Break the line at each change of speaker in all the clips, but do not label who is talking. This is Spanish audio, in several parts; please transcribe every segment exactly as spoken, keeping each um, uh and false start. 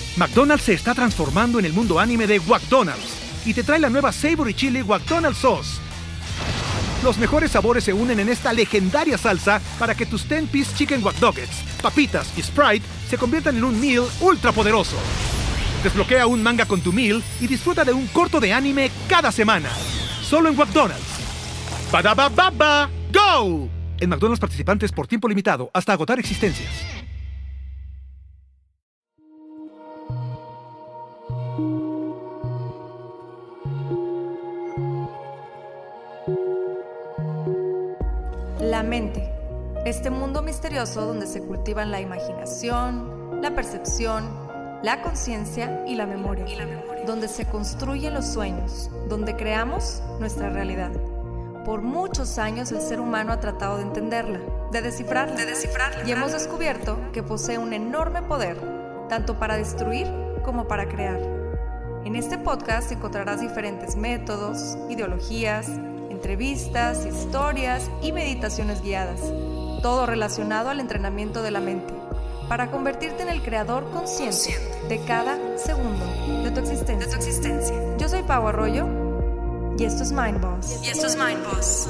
McDonald's se está transformando en el mundo anime de McDonald's y te trae la nueva Savory Chili McDonald's Sauce. Los mejores sabores se unen en esta legendaria salsa para que tus ten-piece chicken wack doggets, papitas y Sprite se conviertan en un meal ultra poderoso. Desbloquea un manga con tu meal y disfruta de un corto de anime cada semana. Solo en McDonald's. ¡Badaba baba! ¡Go! En McDonald's participantes por tiempo limitado hasta agotar existencias.
La mente, este mundo misterioso donde se cultivan la imaginación, la percepción, la conciencia y la memoria, y la memoria, donde se construyen los sueños, donde creamos nuestra realidad. Por muchos años el ser humano ha tratado de entenderla, de descifrarla, de descifrarla y hemos descubierto que posee un enorme poder, tanto para destruir como para crear. En este podcast encontrarás diferentes métodos, ideologías, entrevistas, historias y meditaciones guiadas, todo relacionado al entrenamiento de la mente, para convertirte en el creador consciente de cada segundo de tu existencia. De tu existencia. Yo soy Pau Arroyo y esto es Mind Boss. Y esto es Mind Boss.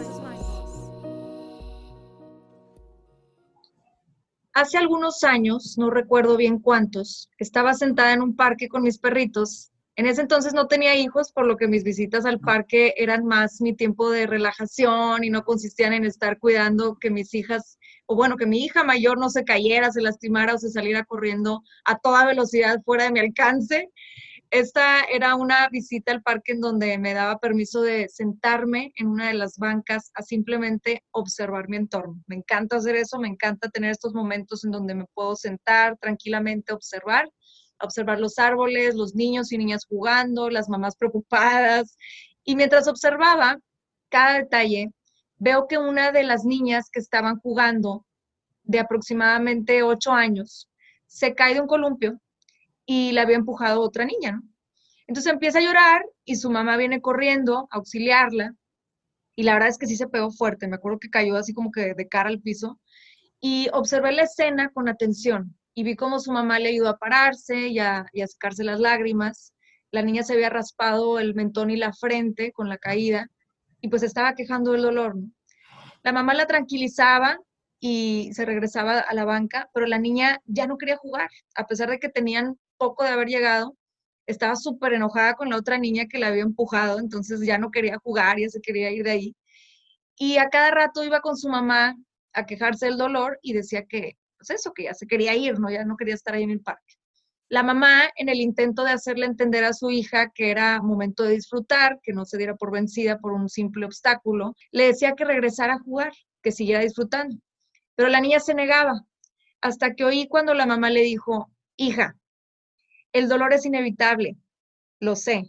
Hace algunos años, no recuerdo bien cuántos, estaba sentada en un parque con mis perritos. En ese entonces no tenía hijos, por lo que mis visitas al parque eran más mi tiempo de relajación y no consistían en estar cuidando que mis hijas, o bueno, que mi hija mayor no se cayera, se lastimara o se saliera corriendo a toda velocidad fuera de mi alcance. Esta era una visita al parque en donde me daba permiso de sentarme en una de las bancas a simplemente observar mi entorno. Me encanta hacer eso, me encanta tener estos momentos en donde me puedo sentar tranquilamente a observar. observar los árboles, los niños y niñas jugando, las mamás preocupadas. Y mientras observaba cada detalle, veo que una de las niñas que estaban jugando, de aproximadamente ocho años, se cae de un columpio y la había empujado otra niña, ¿no? Entonces empieza a llorar y su mamá viene corriendo a auxiliarla. Y la verdad es que sí se pegó fuerte. Me acuerdo que cayó así como que de cara al piso. Y observé la escena con atención. Y vi cómo su mamá le ayudó a pararse y a, y a secarse las lágrimas. La niña se había raspado el mentón y la frente con la caída y pues estaba quejando del dolor, ¿no? La mamá la tranquilizaba y se regresaba a la banca, pero la niña ya no quería jugar. A pesar de que tenían poco de haber llegado, estaba súper enojada con la otra niña que la había empujado, entonces ya no quería jugar, ya se quería ir de ahí. Y a cada rato iba con su mamá a quejarse del dolor y decía que pues eso, que ya se quería ir, ¿no? Ya no quería estar ahí en el parque. La mamá, en el intento de hacerle entender a su hija que era momento de disfrutar, que no se diera por vencida por un simple obstáculo, le decía que regresara a jugar, que siguiera disfrutando. Pero la niña se negaba, hasta que oí cuando la mamá le dijo, hija, el dolor es inevitable, lo sé.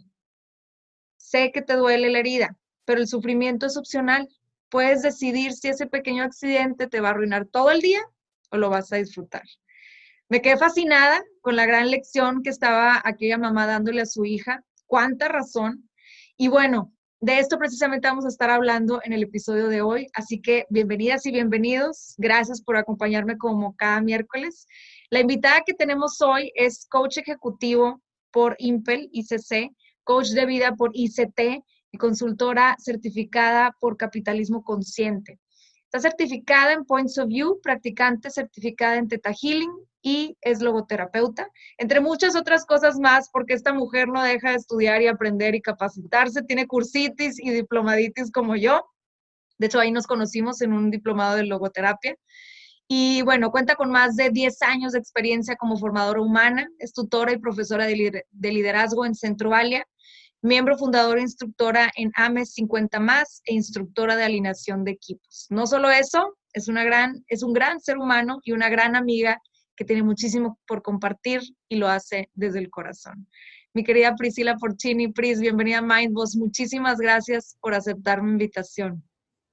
Sé que te duele la herida, pero el sufrimiento es opcional. Puedes decidir si ese pequeño accidente te va a arruinar todo el día o lo vas a disfrutar. Me quedé fascinada con la gran lección que estaba aquella mamá dándole a su hija. ¡Cuánta razón! Y bueno, de esto precisamente vamos a estar hablando en el episodio de hoy. Así que bienvenidas y bienvenidos. Gracias por acompañarme como cada miércoles. La invitada que tenemos hoy es coach ejecutivo por Impel I C C, coach de vida por I C T y consultora certificada por Capitalismo Consciente. Está certificada en Points of View, practicante certificada en Theta Healing y es logoterapeuta, entre muchas otras cosas más, porque esta mujer no deja de estudiar y aprender y capacitarse. Tiene cursitis y diplomaditis como yo. De hecho, ahí nos conocimos en un diplomado de logoterapia. Y bueno, cuenta con más de diez años de experiencia como formadora humana, es tutora y profesora de, lider- de liderazgo en Centroalia, miembro fundadora e instructora en A M E S cincuenta más e instructora de alineación de equipos. No solo eso, es, una gran, es un gran ser humano y una gran amiga que tiene muchísimo por compartir y lo hace desde el corazón. Mi querida Priscila Porcini, Pris, bienvenida a Mind Boss. Muchísimas gracias por aceptar mi invitación.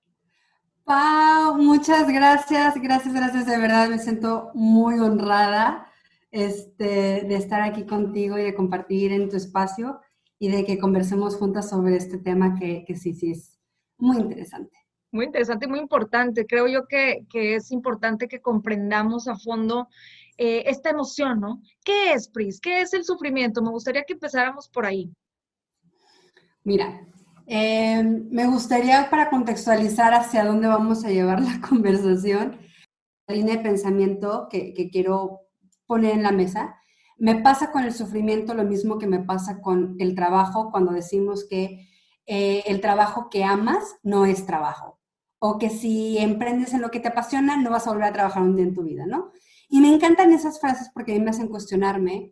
Pau, muchas gracias, gracias, gracias, de verdad me siento muy honrada este, de estar aquí contigo y de compartir en tu espacio y de que conversemos juntas sobre este tema que, que sí, sí es muy interesante.
Muy interesante, muy importante. Creo yo que, que es importante que comprendamos a fondo eh, esta emoción, ¿no? ¿Qué es, Pris? ¿Qué es el sufrimiento? Me gustaría que empezáramos por ahí.
Mira, eh, me gustaría para contextualizar hacia dónde vamos a llevar la conversación, la línea de pensamiento que, que quiero poner en la mesa. Me pasa con el sufrimiento lo mismo que me pasa con el trabajo cuando decimos que eh, el trabajo que amas no es trabajo, o que si emprendes en lo que te apasiona no vas a volver a trabajar un día en tu vida, ¿no? Y me encantan esas frases porque a mí me hacen cuestionarme,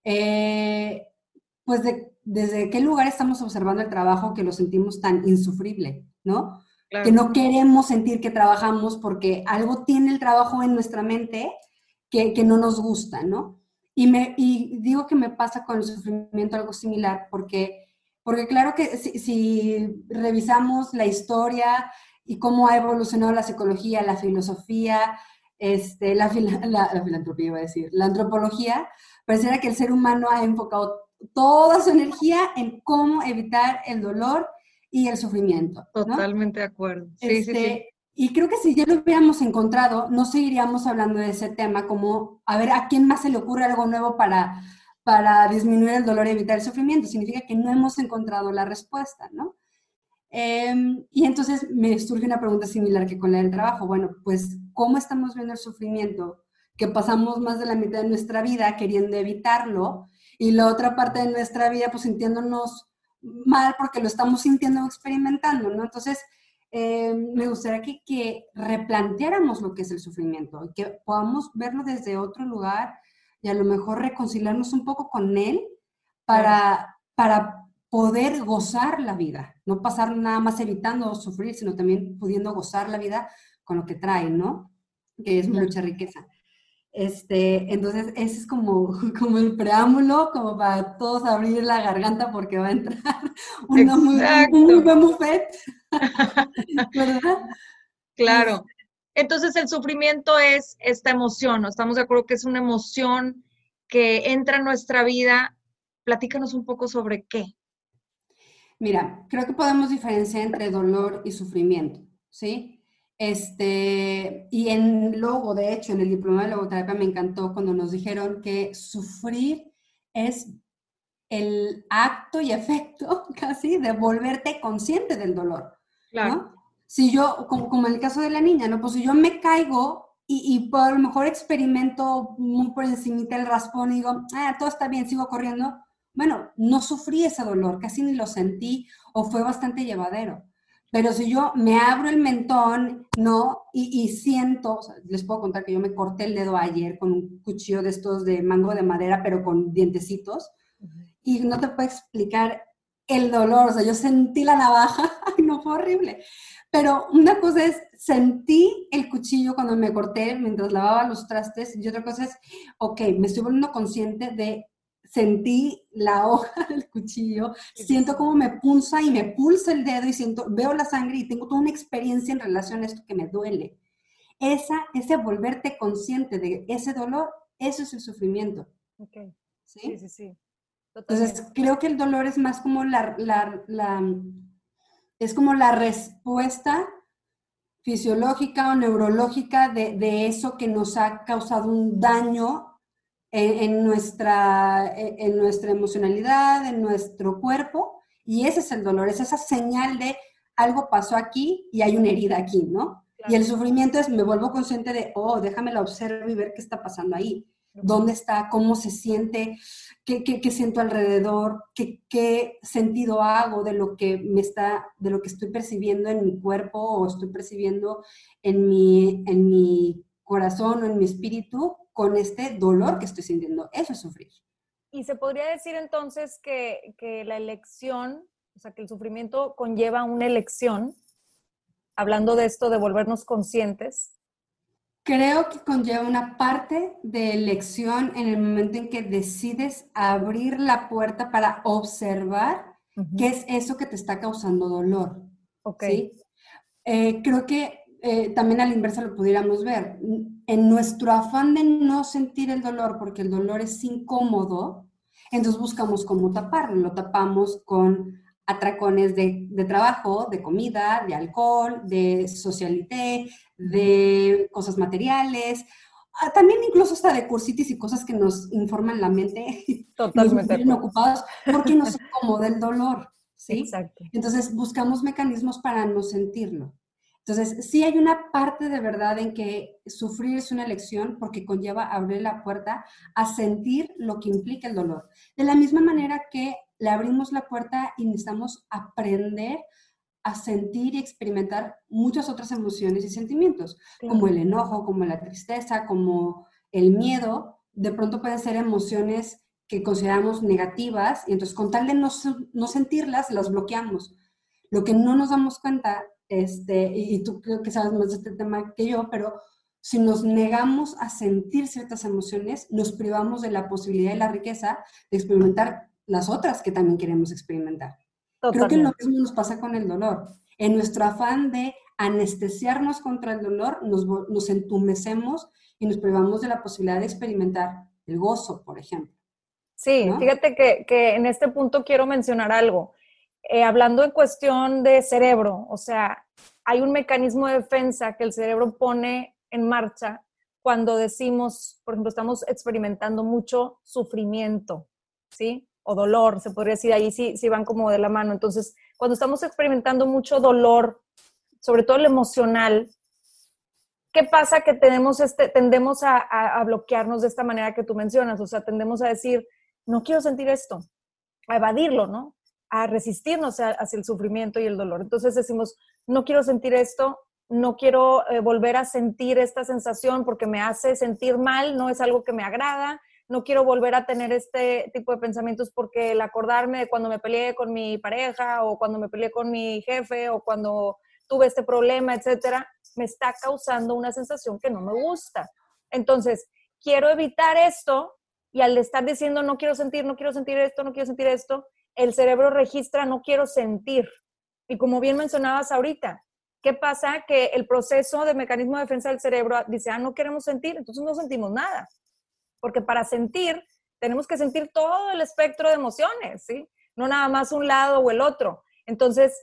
eh, pues de, desde qué lugar estamos observando el trabajo que lo sentimos tan insufrible, ¿no?
Claro.
Que no queremos sentir que trabajamos porque algo tiene el trabajo en nuestra mente que, que no nos gusta, ¿no? Y, me, y digo que me pasa con el sufrimiento algo similar porque, porque claro que si, si revisamos la historia y cómo ha evolucionado la psicología, la filosofía, este, la, la, la filantropía iba a decir, la antropología, pareciera que el ser humano ha enfocado toda su energía en cómo evitar el dolor y el sufrimiento, ¿no?
Totalmente de acuerdo. Sí,
este,
sí, sí.
Y creo que si ya lo hubiéramos encontrado, no seguiríamos hablando de ese tema como, a ver, ¿a quién más se le ocurre algo nuevo para, para disminuir el dolor y evitar el sufrimiento? Significa que no hemos encontrado la respuesta, ¿no? Eh, y entonces me surge una pregunta similar que con la del trabajo. Bueno, pues, ¿cómo estamos viendo el sufrimiento? Que pasamos más de la mitad de nuestra vida queriendo evitarlo y la otra parte de nuestra vida pues sintiéndonos mal porque lo estamos sintiendo o experimentando, ¿no? Entonces, eh, me gustaría que, que replanteáramos lo que es el sufrimiento y que podamos verlo desde otro lugar y a lo mejor reconciliarnos un poco con él para, para poder gozar la vida, no pasar nada más evitando sufrir, sino también pudiendo gozar la vida con lo que trae, ¿no? Que es mucha riqueza. Este, entonces, ese es como, como el preámbulo, como para todos abrir la garganta porque va a entrar una muy, un muy buen buffet, ¿verdad?
Claro. Entonces, el sufrimiento es esta emoción, ¿no? Estamos de acuerdo que es una emoción que entra en nuestra vida. Platícanos un poco sobre qué.
Mira, creo que podemos diferenciar entre dolor y sufrimiento, ¿sí? Este, y en logo, de hecho, en el diploma de logoterapia me encantó cuando nos dijeron que sufrir es el acto y efecto casi de volverte consciente del dolor,
claro.
¿no? Si yo, como, como en el caso de la niña, ¿no? Pues si yo me caigo y, y por lo mejor experimento muy por encimita el raspón y digo, ah, todo está bien, sigo corriendo, bueno, no sufrí ese dolor, casi ni lo sentí o fue bastante llevadero. Pero si yo me abro el mentón, ¿no? Y, y siento, o sea, les puedo contar que yo me corté el dedo ayer con un cuchillo de estos de mango de madera, pero con dientecitos. Uh-huh. Y no te puedo explicar el dolor, o sea, yo sentí la navaja, ay, no, fue horrible. Pero una cosa es, sentí el cuchillo cuando me corté mientras lavaba los trastes, y otra cosa es, ok, me estoy volviendo consciente de sentí la hoja del cuchillo, siento cómo me punza y me pulsa el dedo y siento, veo la sangre y tengo toda una experiencia en relación a esto que me duele. Esa, ese volverte consciente de ese dolor, eso es el sufrimiento.
Okay.
¿Sí?
Sí, sí, sí.
Entonces, creo que el dolor es más como la, la, la, es como la respuesta fisiológica o neurológica de, de eso que nos ha causado un daño En, en, nuestra, en nuestra emocionalidad, en nuestro cuerpo, y ese es el dolor, es esa señal de algo pasó aquí y hay una herida aquí, ¿no? Claro. Y el sufrimiento es, me vuelvo consciente de, oh, déjame la observo y ver qué está pasando ahí, uh-huh. dónde está, cómo se siente, qué, qué, qué siento alrededor, qué, qué sentido hago de lo que me está, de lo que estoy percibiendo en mi cuerpo o estoy percibiendo en mi, en mi corazón o en mi espíritu, con este dolor que estoy sintiendo. Eso es sufrir.
Y se podría decir entonces que, que la elección, o sea, que el sufrimiento conlleva una elección, hablando de esto de volvernos conscientes.
Creo que conlleva una parte de elección en el momento en que decides abrir la puerta para observar uh-huh. qué es eso que te está causando dolor.
Ok.
¿Sí? Eh, creo que eh, también a la inversa lo pudiéramos ver. En nuestro afán de no sentir el dolor, porque el dolor es incómodo, entonces buscamos cómo taparlo. Lo tapamos con atracones de, de trabajo, de comida, de alcohol, de socialité, de cosas materiales. ah, también incluso hasta de cursitis y cosas que nos informan la mente,
Totalmente.
nos mantienen ocupados, porque nos incomoda el dolor, ¿sí?
Exacto.
Entonces buscamos mecanismos para no sentirlo. Entonces, sí hay una parte de verdad en que sufrir es una elección porque conlleva abrir la puerta a sentir lo que implica el dolor. De la misma manera que le abrimos la puerta y necesitamos aprender a sentir y experimentar muchas otras emociones y sentimientos,
Claro.
como el enojo, como la tristeza, como el miedo. De pronto pueden ser emociones que consideramos negativas y entonces con tal de no, no sentirlas, las bloqueamos. Lo que no nos damos cuenta, este, y tú creo que sabes más de este tema que yo, pero si nos negamos a sentir ciertas emociones, nos privamos de la posibilidad y la riqueza de experimentar las otras que también queremos experimentar.
Totalmente.
Creo que lo mismo nos pasa con el dolor. En nuestro afán de anestesiarnos contra el dolor, nos, nos entumecemos y nos privamos de la posibilidad de experimentar el gozo, por ejemplo.
Sí,
¿no?
Fíjate que, que en este punto quiero mencionar algo. Eh, hablando en cuestión de cerebro, o sea, hay un mecanismo de defensa que el cerebro pone en marcha cuando decimos, por ejemplo, estamos experimentando mucho sufrimiento, ¿sí? O dolor, se podría decir, ahí sí, sí van como de la mano. Entonces, cuando estamos experimentando mucho dolor, sobre todo el emocional, ¿qué pasa? Que tenemos este, tendemos a, a, a bloquearnos de esta manera que tú mencionas, o sea, tendemos a decir, no quiero sentir esto, a evadirlo, ¿no? A resistirnos a, hacia el sufrimiento y el dolor. Entonces decimos, no quiero sentir esto, no quiero eh, volver a sentir esta sensación porque me hace sentir mal, no es algo que me agrada, no quiero volver a tener este tipo de pensamientos porque el acordarme de cuando me peleé con mi pareja o cuando me peleé con mi jefe o cuando tuve este problema, etcétera, me está causando una sensación que no me gusta. Entonces, quiero evitar esto y al estar diciendo no quiero sentir, no quiero sentir esto, no quiero sentir esto, el cerebro registra no quiero sentir. Y como bien mencionabas ahorita, ¿qué pasa? Que el proceso de mecanismo de defensa del cerebro dice, ah, no queremos sentir, entonces no sentimos nada. Porque para sentir, tenemos que sentir todo el espectro de emociones, ¿sí? No nada más un lado o el otro. Entonces,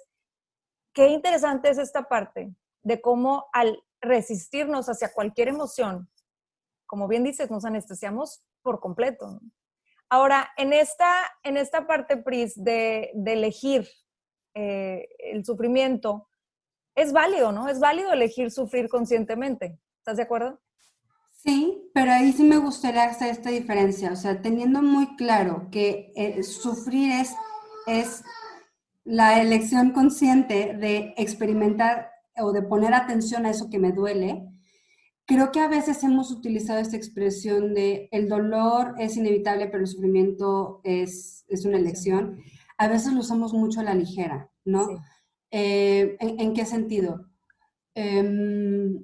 qué interesante es esta parte de cómo al resistirnos hacia cualquier emoción, como bien dices, nos anestesiamos por completo, ¿no? Ahora, en esta, en esta parte, Pris, de, de elegir eh, el sufrimiento, es válido, ¿no? Es válido elegir sufrir conscientemente. ¿Estás de acuerdo?
Sí, pero ahí sí me gustaría hacer esta diferencia, o sea, teniendo muy claro que eh, sufrir es, es la elección consciente de experimentar o de poner atención a eso que me duele. Creo que a veces hemos utilizado esta expresión de el dolor es inevitable, pero el sufrimiento es, es una elección. A veces lo usamos mucho a la ligera, ¿no?
Sí.
Eh, ¿en, ¿En qué sentido? Eh,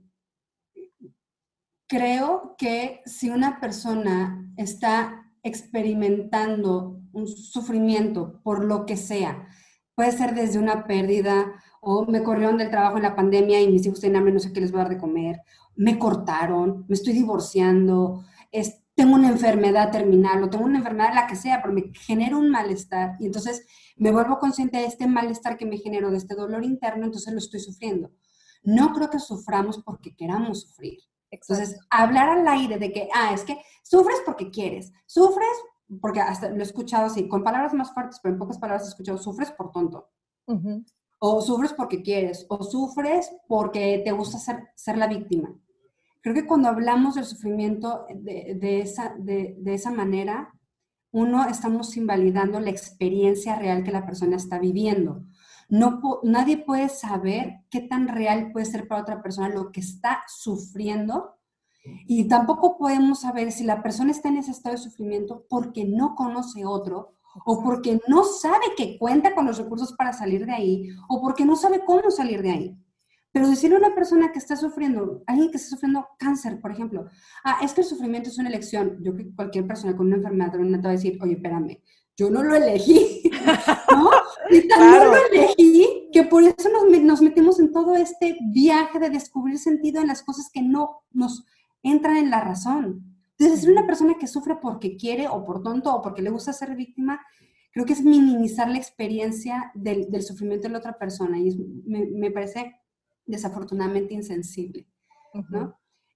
creo que si una persona está experimentando un sufrimiento por lo que sea, puede ser desde una pérdida o me corrieron del trabajo en la pandemia y mis hijos tienen hambre, no sé qué les voy a dar de comer, me cortaron, me estoy divorciando, es, tengo una enfermedad terminal o tengo una enfermedad la que sea, pero me genera un malestar y entonces me vuelvo consciente de este malestar que me generó, de este dolor interno, entonces lo estoy sufriendo. No creo que suframos porque queramos sufrir.
Exacto.
Entonces, hablar al aire de que, ah, es que sufres porque quieres, sufres porque hasta lo he escuchado así, con palabras más fuertes, pero en pocas palabras he escuchado, sufres por tonto.
Uh-huh.
O sufres porque quieres, o sufres porque te gusta ser, ser la víctima. Creo que cuando hablamos del sufrimiento de, de, esa, de, de esa manera, uno, estamos invalidando la experiencia real que la persona está viviendo. No, nadie puede saber qué tan real puede ser para otra persona lo que está sufriendo y tampoco podemos saber si la persona está en ese estado de sufrimiento porque no conoce otro o porque no sabe que cuenta con los recursos para salir de ahí o porque no sabe cómo salir de ahí. Pero decirle a una persona que está sufriendo, alguien que está sufriendo cáncer, por ejemplo, ah, es que el sufrimiento es una elección. Yo creo que cualquier persona con una enfermedad terminal te va a decir, oye, espérame, yo no lo elegí, ¿no? Y tan claro. No lo elegí que por eso nos, nos metimos en todo este viaje de descubrir sentido en las cosas que no nos entran en la razón. Entonces, ser una persona que sufre porque quiere o por tonto o porque le gusta ser víctima, creo que es minimizar la experiencia del, del sufrimiento de la otra persona y es, me, me parece desafortunadamente insensible, ¿no? Uh-huh.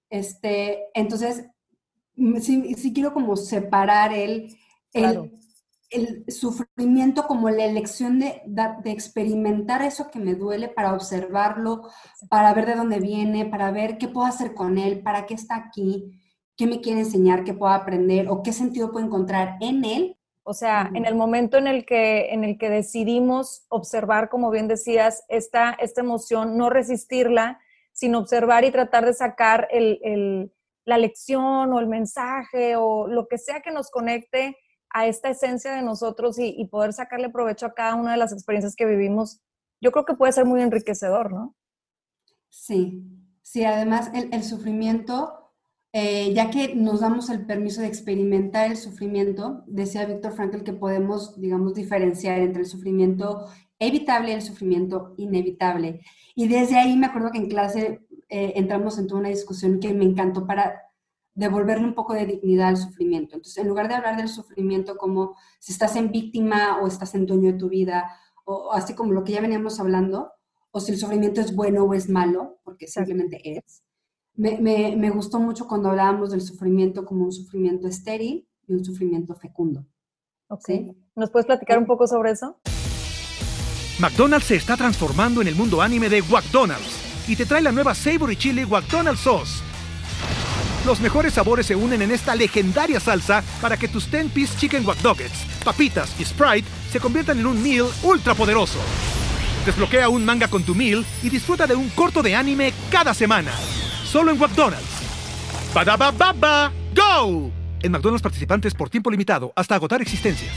Este, entonces, sí, sí quiero como separar el,
Claro.
el, el sufrimiento como la elección de, de experimentar eso que me duele para observarlo, para ver de dónde viene, para ver qué puedo hacer con él, para qué está aquí, qué me quiere enseñar, qué puedo aprender o qué sentido puedo encontrar en él.
O sea,
Uh-huh.
en el momento en el que, en el que decidimos observar, como bien decías, esta, esta emoción, no resistirla, sino observar y tratar de sacar el, el, la lección o el mensaje o lo que sea que nos conecte a esta esencia de nosotros y, y poder sacarle provecho a cada una de las experiencias que vivimos, yo creo que puede ser muy enriquecedor, ¿no?
Sí, sí, además el, el sufrimiento... Eh, ya que nos damos el permiso de experimentar el sufrimiento, decía Viktor Frankl que podemos, digamos, diferenciar entre el sufrimiento evitable y el sufrimiento inevitable. Y desde ahí me acuerdo que en clase eh, entramos en toda una discusión que me encantó para devolverle un poco de dignidad al sufrimiento. Entonces, en lugar de hablar del sufrimiento como si estás en víctima o estás en dueño de tu vida, o así como lo que ya veníamos hablando, o si el sufrimiento es bueno o es malo, porque simplemente es. Me, me, me gustó mucho cuando hablábamos del sufrimiento como un sufrimiento estéril y un sufrimiento fecundo.
Ok.
¿Sí?
¿Nos puedes platicar un poco sobre eso?
McDonald's se está transformando en el mundo anime de McDonald's y te trae la nueva Savory Chili McDonald's Sauce. Los mejores sabores se unen en esta legendaria salsa para que tus ten piece Chicken Wack Nuggets, papitas y Sprite se conviertan en un meal ultra poderoso. Desbloquea un manga con tu meal y disfruta de un corto de anime cada semana. Solo en McDonald's. ¡Badabababa! ¡Go! En McDonald's participantes por tiempo limitado hasta agotar existencias.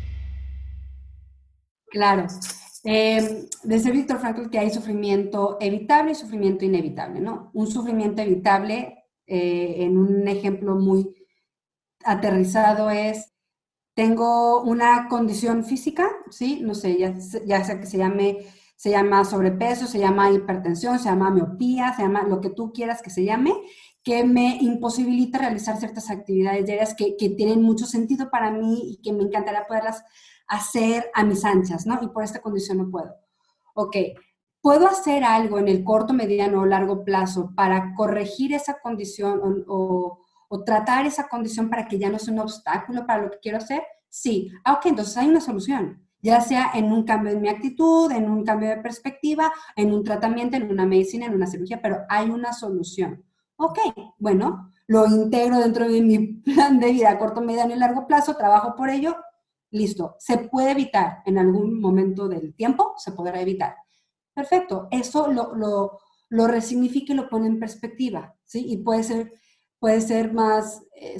Claro. Eh, desde Viktor Frankl que hay sufrimiento evitable y sufrimiento inevitable, ¿no? Un sufrimiento evitable, eh, en un ejemplo muy aterrizado es, tengo una condición física, ¿sí? No sé, ya, ya sea que se llame... Se llama sobrepeso, se llama hipertensión, se llama miopía, se llama lo que tú quieras que se llame, que me imposibilita realizar ciertas actividades diarias que, que tienen mucho sentido para mí y que me encantaría poderlas hacer a mis anchas, ¿no? Y por esta condición no puedo. Ok, ¿puedo hacer algo en el corto, mediano o largo plazo para corregir esa condición o, o, o tratar esa condición para que ya no sea un obstáculo para lo que quiero hacer? Sí. Ah, ok, entonces hay una solución. Ya sea en un cambio en mi actitud, en un cambio de perspectiva, en un tratamiento, en una medicina, en una cirugía, pero hay una solución. Ok, bueno, lo integro dentro de mi plan de vida a corto, mediano y largo plazo, trabajo por ello, listo. ¿Se puede evitar en algún momento del tiempo? Se podrá evitar. Perfecto, eso lo, lo, lo resignifica y lo pone en perspectiva, ¿sí? Y puede ser, puede ser más eh,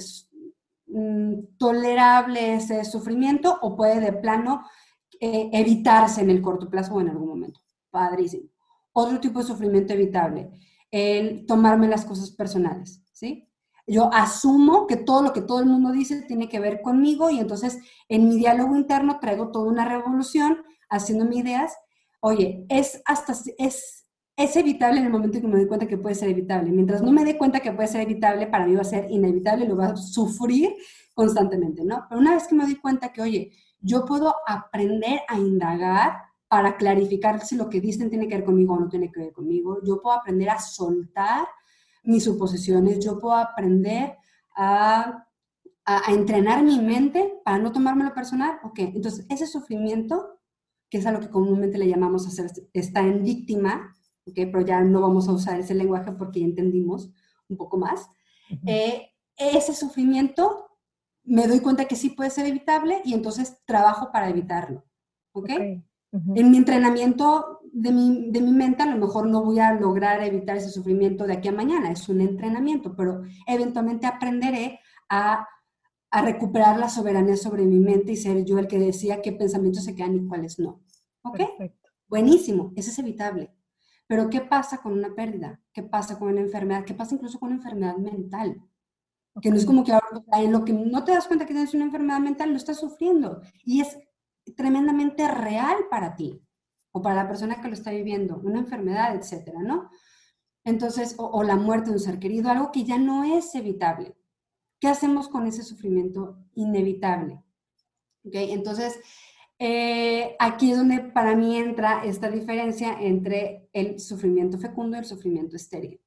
tolerable ese sufrimiento o puede de plano Eh, evitarse en el corto plazo o en algún momento. Padrísimo. Otro tipo de sufrimiento evitable, el tomarme las cosas personales, ¿sí? Yo asumo que todo lo que todo el mundo dice tiene que ver conmigo y entonces en mi diálogo interno traigo toda una revolución haciéndome ideas. Oye, es hasta, es, es evitable en el momento en que me doy cuenta que puede ser evitable. Mientras no me dé cuenta que puede ser evitable, para mí va a ser inevitable y lo va a sufrir constantemente, ¿no? Pero una vez que me doy cuenta que, oye, yo puedo aprender a indagar para clarificar si lo que dicen tiene que ver conmigo o no tiene que ver conmigo. Yo puedo aprender a soltar mis suposiciones. Yo puedo aprender a, a, a entrenar mi mente para no tomármelo personal. Ok, entonces ese sufrimiento, que es a lo que comúnmente le llamamos hacer, está en víctima, okay, pero ya no vamos a usar ese lenguaje porque ya entendimos un poco más. Uh-huh. eh, ese sufrimiento me doy cuenta que sí puede ser evitable y entonces trabajo para evitarlo, ¿ok? okay. Uh-huh. En mi entrenamiento de mi, de mi mente a lo mejor no voy a lograr evitar ese sufrimiento de aquí a mañana, es un entrenamiento, pero eventualmente aprenderé a, a recuperar la soberanía sobre mi mente y ser yo el que decía qué pensamientos se quedan y cuáles no, ¿ok? Perfecto. Buenísimo, eso es evitable. Pero ¿qué pasa con una pérdida? ¿Qué pasa con una enfermedad? ¿Qué pasa incluso con una enfermedad mental? Que no es como que ahora en lo que no te das cuenta que tienes una enfermedad mental, lo estás sufriendo. Y es tremendamente real para ti o para la persona que lo está viviendo, una enfermedad, etcétera, ¿no? Entonces, o, o la muerte de un ser querido, algo que ya no es evitable. ¿Qué hacemos con ese sufrimiento inevitable? ¿Okay? Entonces, eh, aquí es donde para mí entra esta diferencia entre el sufrimiento fecundo y el sufrimiento estéril.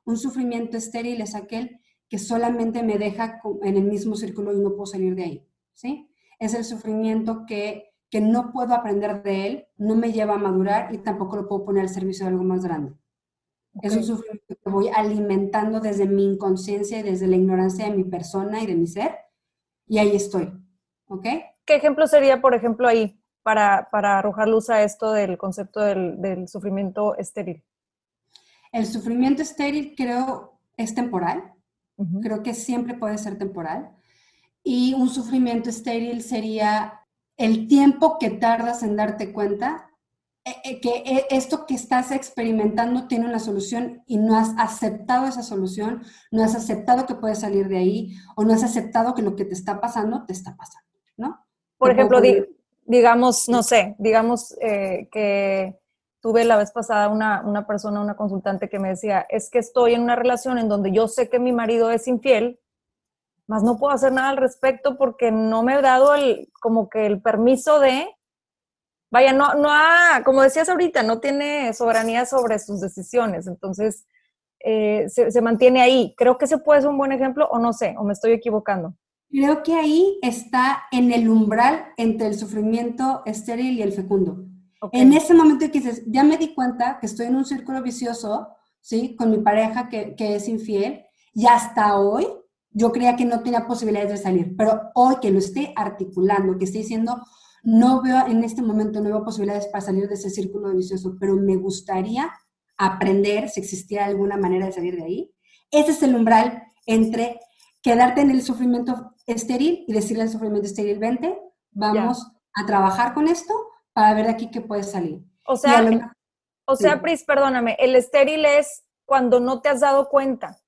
Un sufrimiento estéril es aquel que solamente me deja en el mismo círculo y no puedo salir de ahí, ¿sí? Es el sufrimiento que, que no puedo aprender de él, no me lleva a madurar y tampoco lo puedo poner al servicio de algo más grande. Okay. Es un sufrimiento que voy alimentando desde mi inconsciencia y desde la ignorancia de mi persona y de mi ser, y ahí estoy, ¿ok?
¿Qué ejemplo sería, por ejemplo, ahí, para, para arrojar luz a esto del concepto del, del sufrimiento estéril?
El sufrimiento estéril creo es temporal,
uh-huh.
Creo que siempre puede ser temporal, y un sufrimiento estéril sería el tiempo que tardas en darte cuenta eh, que eh, esto que estás experimentando tiene una solución y no has aceptado esa solución, no has aceptado que puedes salir de ahí, o no has aceptado que lo que te está pasando, te está pasando, ¿no?
Por ejemplo, di, digamos, no sé, digamos eh, que tuve la vez pasada una, una persona, una consultante que me decía, es que estoy en una relación en donde yo sé que mi marido es infiel, mas no puedo hacer nada al respecto porque no me he dado el, como que el permiso de, vaya, no, no ha, como decías ahorita, no tiene soberanía sobre sus decisiones, entonces eh, se, se mantiene ahí. Creo que ese puede ser un buen ejemplo, o no sé, o me estoy equivocando.
Creo que ahí está en el umbral entre el sufrimiento estéril y el fecundo. Okay. En ese momento que dices, ya me di cuenta que estoy en un círculo vicioso, ¿sí? Con mi pareja que, que es infiel, y hasta hoy yo creía que no tenía posibilidades de salir, pero hoy que lo estoy articulando, que estoy diciendo, no veo en este momento, no veo posibilidades para salir de ese círculo vicioso, pero me gustaría aprender si existiera alguna manera de salir de ahí. Ese es el umbral entre quedarte en el sufrimiento estéril y decirle al sufrimiento estéril, vente, vamos yeah. a trabajar con esto para ver de aquí qué puede salir.
O sea,
lo,
o sea sí. Pris, perdóname, el estéril es cuando no te has dado cuenta.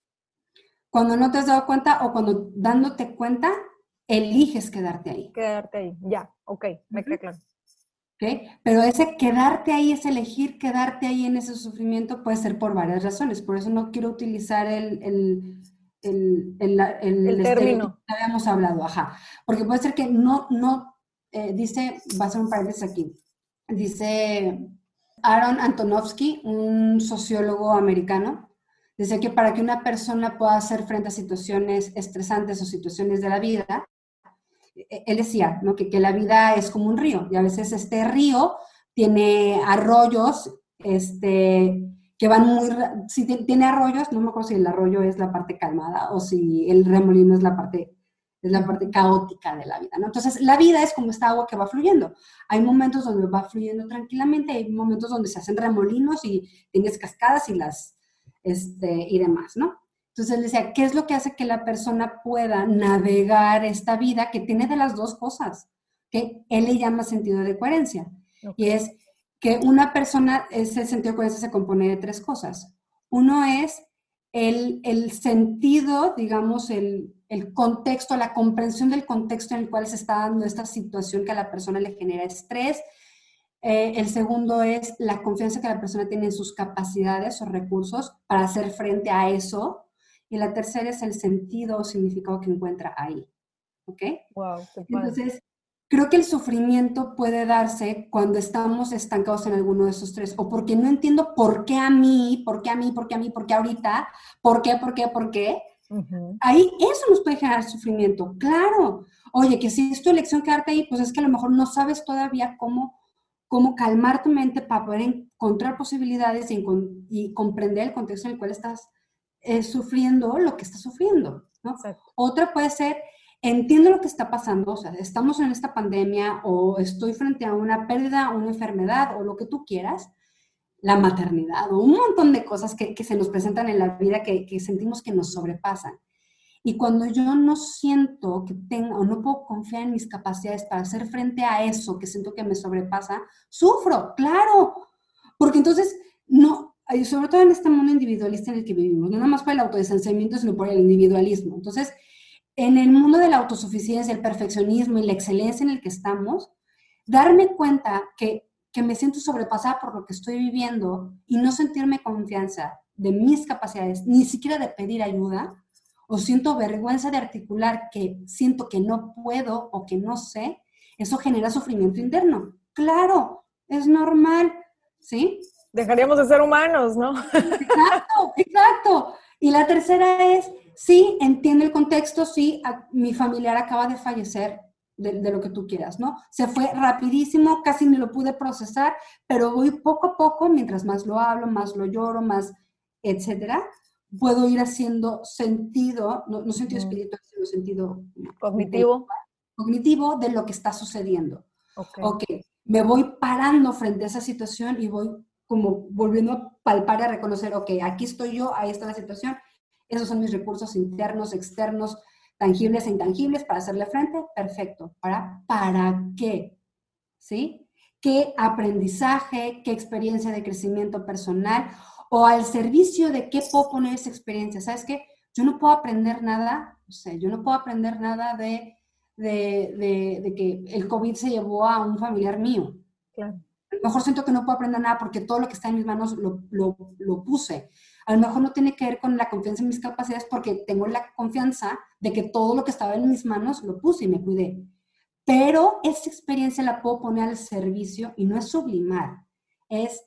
Cuando no te has dado cuenta o cuando dándote cuenta, eliges quedarte ahí.
Quedarte ahí, ya, ok, me queda claro.
¿Okay? Pero ese quedarte ahí, ese elegir quedarte ahí en ese sufrimiento puede ser por varias razones. Por eso no quiero utilizar el, el, el, el, el,
el término
que habíamos hablado, ajá. Porque puede ser que no, no, eh, dice, va a ser un paréntesis aquí, dice Aaron Antonovsky, un sociólogo americano, dice que para que una persona pueda hacer frente a situaciones estresantes o situaciones de la vida, él decía, ¿no? que, que la vida es como un río, y a veces este río tiene arroyos, este, que van muy, si tiene arroyos, no me acuerdo si el arroyo es la parte calmada, o si el remolino es la parte, es la parte caótica de la vida, ¿no? Entonces, la vida es como esta agua que va fluyendo. Hay momentos donde va fluyendo tranquilamente, hay momentos donde se hacen remolinos y tienes cascadas y las, este, y demás, ¿no? Entonces él decía, ¿qué es lo que hace que la persona pueda navegar esta vida que tiene de las dos cosas? Que él le llama sentido de coherencia. Okay. Y es que una persona, ese sentido de coherencia se compone de tres cosas. Uno es el, el sentido, digamos, el, el contexto, la comprensión del contexto en el cual se está dando esta situación que a la persona le genera estrés. Eh, el segundo es la confianza que la persona tiene en sus capacidades o recursos para hacer frente a eso. Y la tercera es el sentido o significado que encuentra ahí, ¿ok?
Wow, qué padre.
Entonces, creo que el sufrimiento puede darse cuando estamos estancados en alguno de esos tres, o porque no entiendo por qué a mí, por qué a mí, por qué a mí, por qué ahorita, por qué, por qué, por qué. Uh-huh. Ahí eso nos puede generar sufrimiento, claro. Oye, que si es tu elección quedarte ahí, pues es que a lo mejor no sabes todavía cómo, cómo calmar tu mente para poder encontrar posibilidades y, y comprender el contexto en el cual estás Eh, sufriendo lo que está sufriendo, ¿no?
Exacto.
Otra puede ser, entiendo lo que está pasando, o sea, estamos en esta pandemia o estoy frente a una pérdida, una enfermedad o lo que tú quieras, la maternidad o un montón de cosas que, que se nos presentan en la vida que, que sentimos que nos sobrepasan. Y cuando yo no siento que tengo o no puedo confiar en mis capacidades para hacer frente a eso que siento que me sobrepasa, sufro, claro, porque entonces no... sobre todo en este mundo individualista en el que vivimos, no nada más por el autodistanciamiento, sino por el individualismo. Entonces, en el mundo de la autosuficiencia, el perfeccionismo y la excelencia en el que estamos, darme cuenta que, que me siento sobrepasada por lo que estoy viviendo y no sentirme confianza de mis capacidades, ni siquiera de pedir ayuda, o siento vergüenza de articular que siento que no puedo o que no sé, eso genera sufrimiento interno. Claro, es normal, ¿sí?
Dejaríamos de ser humanos, ¿no?
Exacto, exacto. Y la tercera es, sí, entiende el contexto, sí, a, mi familiar acaba de fallecer, de, de lo que tú quieras, ¿no? Se fue rapidísimo, casi ni lo pude procesar, pero voy poco a poco, mientras más lo hablo, más lo lloro, más, etcétera, puedo ir haciendo sentido, no, no sentido espiritual, sino sentido
cognitivo.
cognitivo de lo que está sucediendo.
Ok.
Ok, me voy parando frente a esa situación y voy como volviendo a palpar y a reconocer, ok, aquí estoy yo, ahí está la situación, esos son mis recursos internos, externos, tangibles e intangibles para hacerle frente, perfecto. ¿Para, para qué? ¿Sí? ¿Qué aprendizaje, qué experiencia de crecimiento personal o al servicio de qué puedo poner esa experiencia? ¿Sabes qué? Yo no puedo aprender nada, o sea, yo no puedo aprender nada de, de, de, de que el COVID se llevó a un familiar mío.
Claro.
A lo mejor siento que no puedo aprender nada porque todo lo que está en mis manos lo, lo, lo puse. A lo mejor no tiene que ver con la confianza en mis capacidades porque tengo la confianza de que todo lo que estaba en mis manos lo puse y me cuidé. Pero esa experiencia la puedo poner al servicio y no es sublimar, es,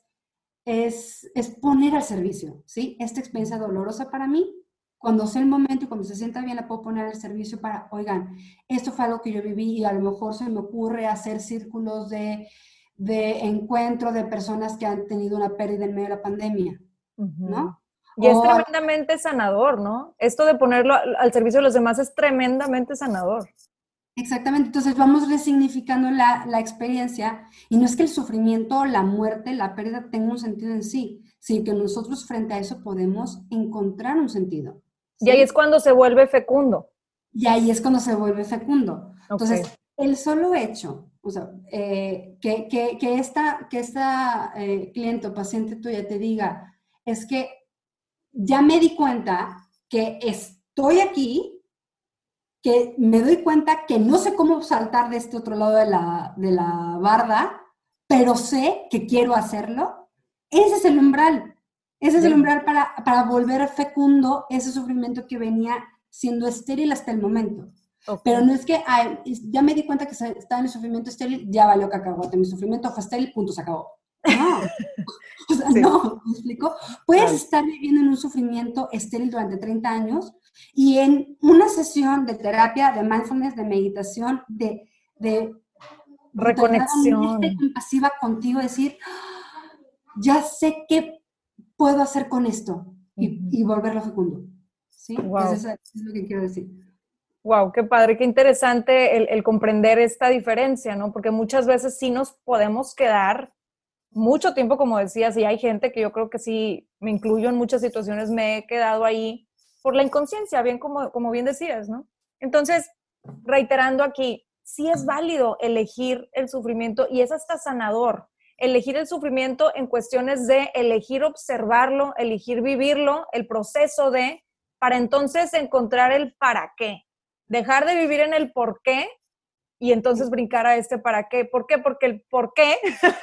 es, es poner al servicio, ¿sí? Esta experiencia dolorosa para mí, cuando sea el momento y cuando se sienta bien, la puedo poner al servicio para, oigan, esto fue algo que yo viví y a lo mejor se me ocurre hacer círculos de, de encuentro de personas que han tenido una pérdida en medio de la pandemia, ¿no?
Y es
o,
tremendamente sanador, ¿no? Esto de ponerlo al, al servicio de los demás es tremendamente sanador.
Exactamente, entonces vamos resignificando la, la experiencia y no es que el sufrimiento, la muerte, la pérdida tenga un sentido en sí, sino que nosotros frente a eso podemos encontrar un sentido. ¿Sí?
Y ahí es cuando se vuelve fecundo.
Y ahí es cuando se vuelve fecundo. Entonces,
Okay.
el solo hecho, o sea, eh, que, que, que esta, que esta eh, cliente o paciente tuya te diga, es que ya me di cuenta que estoy aquí, que me doy cuenta que no sé cómo saltar de este otro lado de la, de la barda, pero sé que quiero hacerlo. Ese es el umbral. Ese es el umbral para, para volver fecundo ese sufrimiento que venía siendo estéril hasta el momento. Okay. Pero no es que ay, ya me di cuenta que estaba en el sufrimiento estéril, ya valió cacahuate. Mi sufrimiento fue estéril, punto, se acabó. No. O sea, sí. No, ¿me explico? Puedes claro. estar viviendo en un sufrimiento estéril durante treinta años y en una sesión de terapia, de mindfulness, de meditación, de, de
reconexión
compasiva contigo, decir, ya sé qué puedo hacer con esto y, uh-huh. y volverlo fecundo. ¿Sí? Wow. Eso es lo que quiero decir.
Wow, qué padre, qué interesante el, el comprender esta diferencia, ¿no? Porque muchas veces sí nos podemos quedar mucho tiempo, como decías, y hay gente que yo creo que sí, me incluyo en muchas situaciones, me he quedado ahí por la inconsciencia, bien como, como bien decías, ¿no? Entonces, reiterando aquí, sí es válido elegir el sufrimiento y es hasta sanador, elegir el sufrimiento en cuestiones de elegir observarlo, elegir vivirlo, el proceso de, para entonces encontrar el para qué, dejar de vivir en el por qué y entonces brincar a este para qué. ¿Por qué? Porque el por qué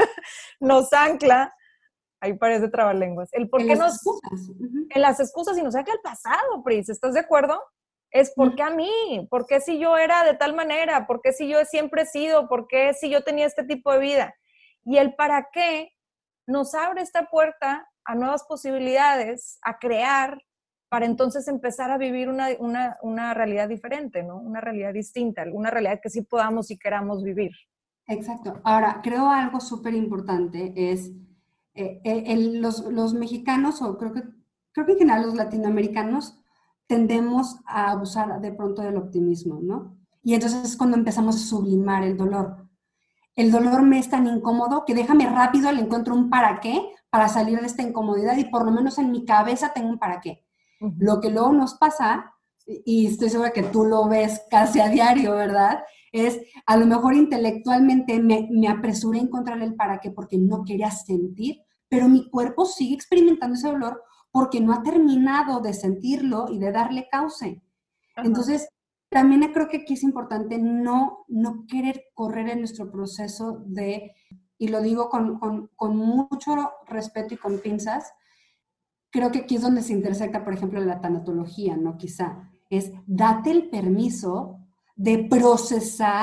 nos ancla, ahí parece trabalenguas, el por qué nos...
Excusas. Uh-huh.
En las excusas y nos ancla al pasado, Pris, ¿estás de acuerdo? Es ¿por qué a mí? ¿Por qué si yo era de tal manera? ¿Por qué si yo siempre he sido? ¿Por qué si yo tenía este tipo de vida? Y el para qué nos abre esta puerta a nuevas posibilidades, a crear, para entonces empezar a vivir una, una, una realidad diferente, ¿no? Una realidad distinta, una realidad que sí podamos y queramos vivir.
Exacto. Ahora, creo algo súper importante es, eh, el, los, los mexicanos, o creo que, creo que en general los latinoamericanos, tendemos a abusar de pronto del optimismo, ¿no? Y entonces es cuando empezamos a sublimar el dolor. El dolor me es tan incómodo que déjame rápido, le encuentro un para qué para salir de esta incomodidad y por lo menos en mi cabeza tengo un para qué. Uh-huh. Lo que luego nos pasa, y estoy segura que tú lo ves casi a diario, ¿verdad? Es, a lo mejor intelectualmente me, me apresuré a encontrar el para qué porque no quería sentir, pero mi cuerpo sigue experimentando ese dolor porque no ha terminado de sentirlo y de darle cauce. Uh-huh. Entonces, también creo que aquí es importante no, no querer correr en nuestro proceso de, y lo digo con, con, con mucho respeto y con pinzas, creo que aquí es donde se intersecta, por ejemplo, la tanatología, ¿no? Quizá, es date el permiso de procesar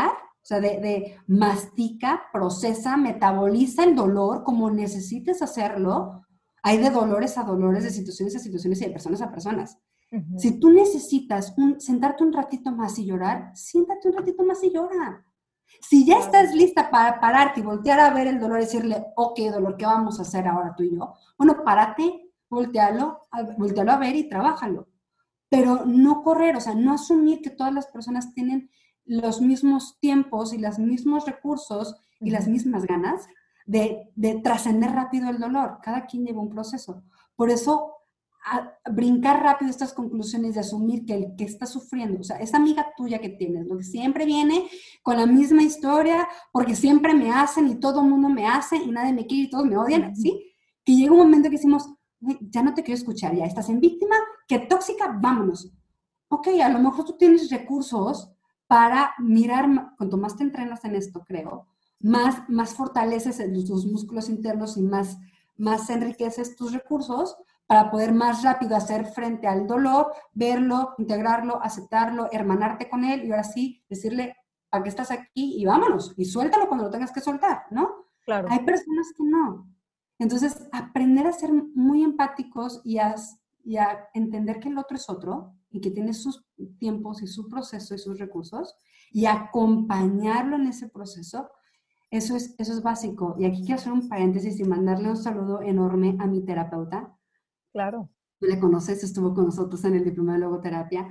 O sea, de, de mastica, procesa, metaboliza el dolor como necesites hacerlo. Hay de dolores a dolores, de situaciones a situaciones y de personas a personas. Uh-huh. Si tú necesitas un, sentarte un ratito más y llorar, siéntate un ratito más y llora. Si ya estás lista para pararte y voltear a ver el dolor y decirle, ok, dolor, ¿qué vamos a hacer ahora tú y yo? Bueno, párate, voltealo, voltealo a ver y trabájalo. Pero no correr, o sea, no asumir que todas las personas tienen los mismos tiempos y los mismos recursos y uh-huh. las mismas ganas de, de trascender rápido el dolor. Cada quien lleva un proceso. Por eso, a brincar rápido estas conclusiones de asumir que el que está sufriendo, o sea, esa amiga tuya que tienes, lo que siempre viene con la misma historia, porque siempre me hacen y todo el mundo me hace y nadie me quiere y todos me odian, uh-huh. ¿sí? Que llega un momento que decimos, ya no te quiero escuchar, ya estás en víctima, qué tóxica, vámonos. Ok, a lo mejor tú tienes recursos para mirar, cuanto más te entrenas en esto, creo, más, más fortaleces tus músculos internos y más, más enriqueces tus recursos para poder más rápido hacer frente al dolor, verlo, integrarlo, aceptarlo, hermanarte con él y ahora sí decirle, ¿para qué estás aquí? Y vámonos, y suéltalo cuando lo tengas que soltar, ¿no?
Claro.
Hay personas que no. Entonces, aprender a ser muy empáticos y a, y a entender que el otro es otro y que tiene sus tiempos y su proceso y sus recursos y acompañarlo en ese proceso, eso es, eso es básico. Y aquí quiero hacer un paréntesis y mandarle un saludo enorme a mi terapeuta.
Claro.
Tú le conoces, estuvo con nosotros en el diploma de logoterapia,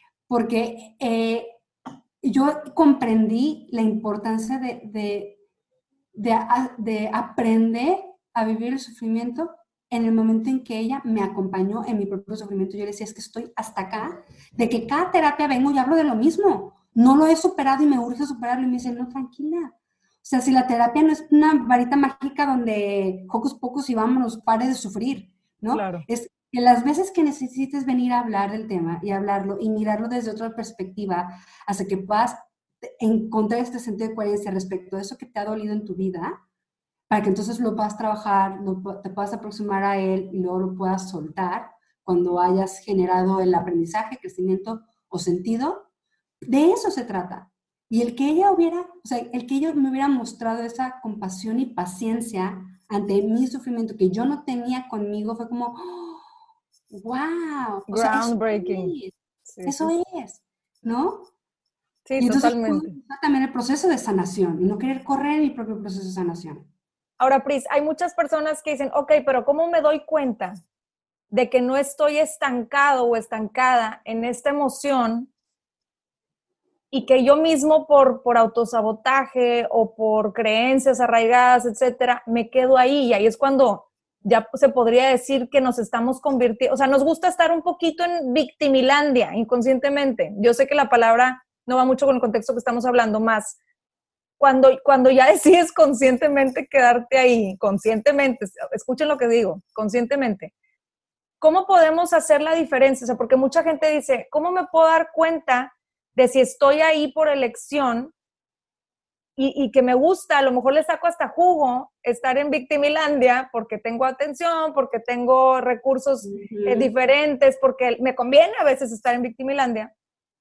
porque eh, yo comprendí la importancia de, de, de, de aprender a vivir el sufrimiento en el momento en que ella me acompañó en mi propio sufrimiento. Yo le decía, es que estoy hasta acá, de que cada terapia vengo y hablo de lo mismo. No lo he superado y me urge superarlo. Y me dice, no, tranquila. O sea, si la terapia no es una varita mágica donde hocus pocus y vámonos, pare de sufrir, ¿no?
Claro.
Es que las veces que necesites venir a hablar del tema y hablarlo y mirarlo desde otra perspectiva, hasta que puedas encontrar este sentido de coherencia respecto a eso que te ha dolido en tu vida, para que entonces lo puedas trabajar, lo, te puedas aproximar a él y luego lo puedas soltar cuando hayas generado el aprendizaje, crecimiento o sentido. De eso se trata. Y el que ella hubiera, o sea, el que ella me hubiera mostrado esa compasión y paciencia ante mi sufrimiento que yo no tenía conmigo, fue como, oh, wow. O sea,
groundbreaking.
Eso es, sí, eso sí. es, ¿no?
Sí,
y entonces,
totalmente.
También el proceso de sanación y no querer correr mi propio proceso de sanación.
Ahora, Pris, hay muchas personas que dicen, ok, pero ¿cómo me doy cuenta de que no estoy estancado o estancada en esta emoción y que yo mismo por, por autosabotaje o por creencias arraigadas, etcétera, me quedo ahí? Y ahí es cuando ya se podría decir que nos estamos convirtiendo, o sea, nos gusta estar un poquito en victimilandia inconscientemente. Yo sé que la palabra no va mucho con el contexto que estamos hablando más. Cuando, cuando ya decides conscientemente quedarte ahí, conscientemente, escuchen lo que digo, conscientemente, ¿cómo podemos hacer la diferencia? O sea, porque mucha gente dice, ¿cómo me puedo dar cuenta de si estoy ahí por elección y, y que me gusta, a lo mejor le saco hasta jugo estar en victimilandia porque tengo atención, porque tengo recursos uh-huh. eh, diferentes, porque me conviene a veces estar en victimilandia?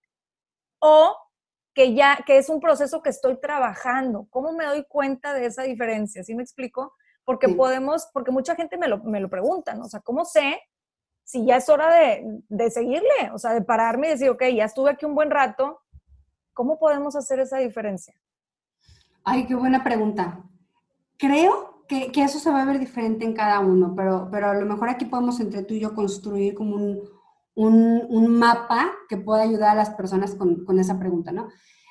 O que ya, que es un proceso que estoy trabajando. ¿Cómo me doy cuenta de esa diferencia? ¿Sí me explico? Porque sí. podemos, porque mucha gente me lo, me lo pregunta, ¿no? O sea, ¿cómo sé si ya es hora de, de seguirle? O sea, de pararme y decir, ok, ya estuve aquí un buen rato. ¿Cómo podemos hacer esa diferencia?
Ay, qué buena pregunta. Creo que, que eso se va a ver diferente en cada uno, pero, pero a lo mejor aquí podemos entre tú y yo construir como un Un, un mapa que pueda ayudar a las personas con, con esa pregunta, ¿no?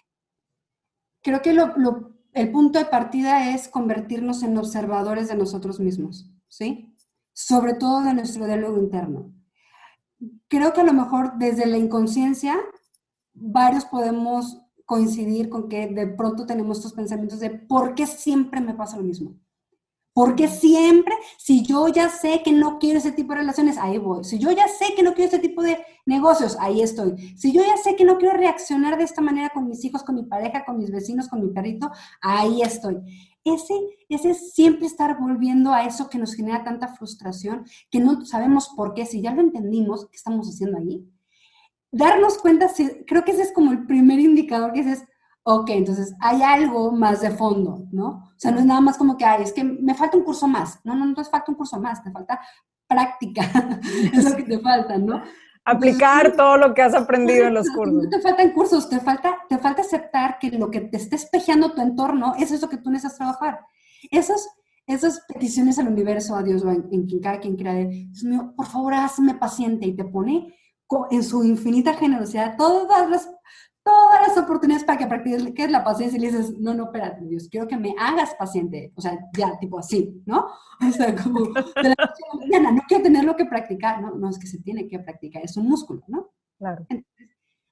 Creo que lo, lo, el punto de partida es convertirnos en observadores de nosotros mismos, ¿sí? Sobre todo de nuestro diálogo interno. Creo que a lo mejor desde la inconsciencia varios podemos coincidir con que de pronto tenemos estos pensamientos de ¿por qué siempre me pasa lo mismo? Porque siempre, si yo ya sé que no quiero ese tipo de relaciones, ahí voy. Si yo ya sé que no quiero ese tipo de negocios, ahí estoy. Si yo ya sé que no quiero reaccionar de esta manera con mis hijos, con mi pareja, con mis vecinos, con mi perrito, ahí estoy. Ese, ese es siempre estar volviendo a eso que nos genera tanta frustración, que no sabemos por qué. Si ya lo entendimos, ¿qué estamos haciendo ahí? Darnos cuenta, creo que ese es como el primer indicador que dices, ok, entonces hay algo más de fondo, ¿no? O sea, no es nada más como que, ay, es que me falta un curso más. No, no, no te falta un curso más, te falta práctica, es lo que te falta, ¿no?
Aplicar entonces, todo lo que has aprendido en los cursos.
No te faltan cursos, te falta, te falta aceptar que lo que te está espejeando tu entorno, eso es lo que tú necesitas trabajar. Esas, esas peticiones al universo, a Dios o en, en quien cada quien crea, Dios mío, por favor, hazme paciente, y te pone en su infinita generosidad todas las, todas las oportunidades para que practiques qué es la paciencia, y le dices, no, no, espérate, Dios, quiero que me hagas paciente, o sea, ya, tipo así, ¿no? O sea, como, de la noche a la mañana, no quiero tenerlo que practicar, no, no, es que se tiene que practicar, es un músculo, ¿no?
Claro.
Entonces,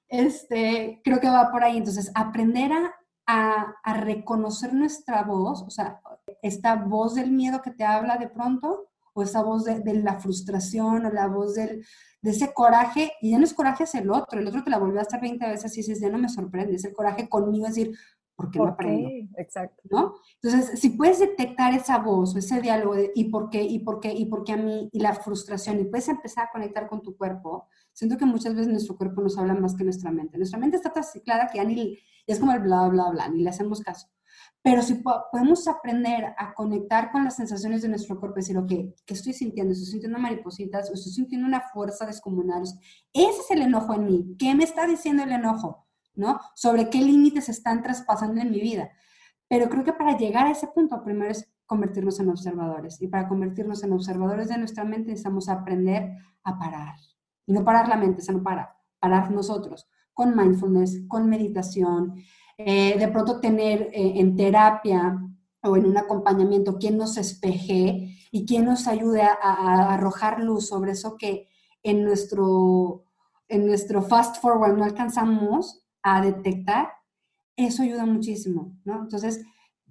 este, creo que va por ahí, entonces, aprender a, a, a reconocer nuestra voz, o sea, esta voz del miedo que te habla de pronto, o esa voz de, de la frustración, o la voz del, de ese coraje, y ya no es coraje hacia el otro, el otro te la volvió a hacer veinte veces y dices, ya no me sorprende, es el coraje conmigo, es decir, ¿por qué no aprendo?
Exacto.
¿No? Entonces, si puedes detectar esa voz, o ese diálogo de ¿y por qué? ¿Y por qué? ¿Y por qué a mí? Y la frustración, y puedes empezar a conectar con tu cuerpo, siento que muchas veces nuestro cuerpo nos habla más que nuestra mente. Nuestra mente está tan ciclada que ya ni, es como el bla, bla, bla, ni le hacemos caso. Pero si podemos aprender a conectar con las sensaciones de nuestro cuerpo, decir, ok, ¿qué estoy sintiendo? ¿Estoy sintiendo maripositas? ¿O estoy sintiendo una fuerza descomunal? Ese es el enojo en mí. ¿Qué me está diciendo el enojo? ¿No? Sobre qué límites están traspasando en mi vida. Pero creo que para llegar a ese punto, primero es convertirnos en observadores. Y para convertirnos en observadores de nuestra mente, necesitamos aprender a parar. Y no parar la mente, sino parar. Parar nosotros. Con mindfulness, con meditación. Eh, de pronto tener eh, en terapia o en un acompañamiento quien nos espeje y quien nos ayude a, a, a arrojar luz sobre eso que en nuestro, en nuestro fast forward no alcanzamos a detectar. Eso ayuda muchísimo, ¿no? Entonces,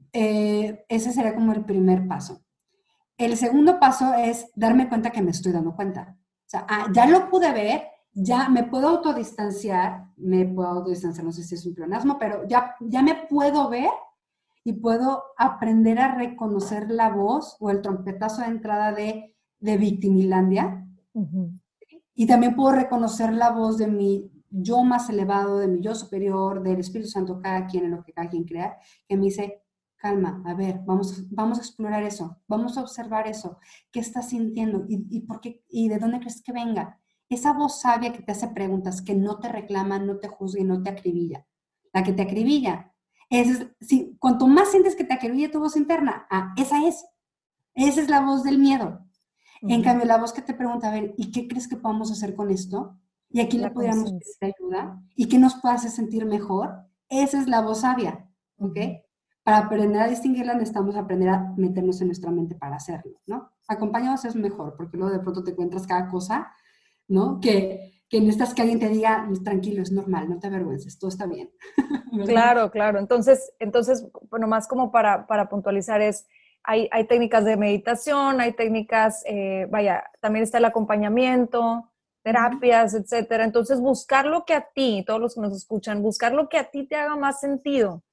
eh, ese sería como el primer paso. El segundo paso es darme cuenta que me estoy dando cuenta. O sea, ah, ya lo pude ver, ya me puedo autodistanciar, me puedo autodistanciar, no sé si es un pleonasmo, pero ya, ya me puedo ver y puedo aprender a reconocer la voz o el trompetazo de entrada de, de Victimilandia. Uh-huh. Y también puedo reconocer la voz de mi yo más elevado, de mi yo superior, del Espíritu Santo, cada quien en lo que cada quien crea, que me dice, calma, a ver, vamos, vamos a explorar eso, vamos a observar eso, qué estás sintiendo y, y, por qué, y de dónde crees que venga. Esa voz sabia que te hace preguntas, que no te reclama, no te juzga y no te acribilla. La que te acribilla, es, si, cuanto más sientes que te acribilla tu voz interna, ah, esa es, esa es la voz del miedo. Uh-huh. En cambio, la voz que te pregunta, a ver, ¿y qué crees que podamos hacer con esto? Y aquí le pudiéramos pedir ayuda y que nos pueda hacer sentir mejor. Esa es la voz sabia, ¿ok? Para aprender a distinguirla necesitamos aprender a meternos en nuestra mente para hacerlo, ¿no? Acompañados es mejor, porque luego de pronto te encuentras cada cosa, ¿no? Que, que necesitas que alguien te diga, tranquilo, es normal, no te avergüences, todo está bien.
Claro, claro. Entonces, entonces bueno, más como para, para puntualizar es, hay, hay técnicas de meditación, hay técnicas, eh, vaya, también está el acompañamiento, terapias, etcétera. Entonces, buscar lo que a ti, todos los que nos escuchan, buscar lo que a ti te haga más sentido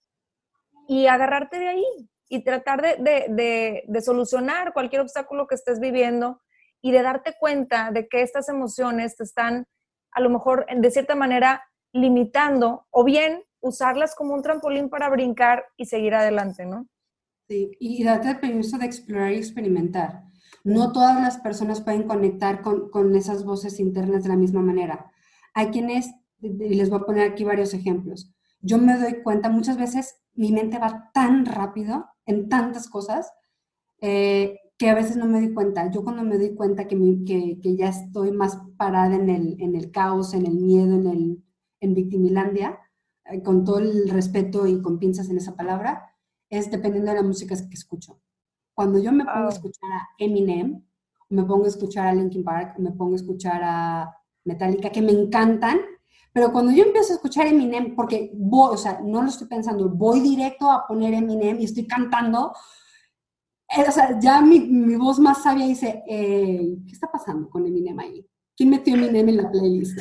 y agarrarte de ahí y tratar de, de, de, de solucionar cualquier obstáculo que estés viviendo y de darte cuenta de que estas emociones te están, a lo mejor, de cierta manera, limitando, o bien usarlas como un trampolín para brincar y seguir adelante, ¿no?
Sí, y darte el permiso de explorar y experimentar. No todas las personas pueden conectar con, con esas voces internas de la misma manera. Hay quienes, y les voy a poner aquí varios ejemplos, yo me doy cuenta, muchas veces mi mente va tan rápido en tantas cosas eh, que a veces no me doy cuenta. Yo cuando me doy cuenta que, mi, que, que ya estoy más parada en el, en el caos, en el miedo, en, el, en Victimilandia, eh, con todo el respeto y con pinzas en esa palabra, es dependiendo de la música que escucho. Cuando yo me pongo oh. a escuchar a Eminem, me pongo a escuchar a Linkin Park, me pongo a escuchar a Metallica, que me encantan, pero cuando yo empiezo a escuchar Eminem, porque voy, o sea, no lo estoy pensando, voy directo a poner Eminem y estoy cantando, eh, o sea, ya mi, mi voz más sabia dice, eh, ¿qué está pasando con Eminem ahí? ¿Quién metió Eminem en la playlist?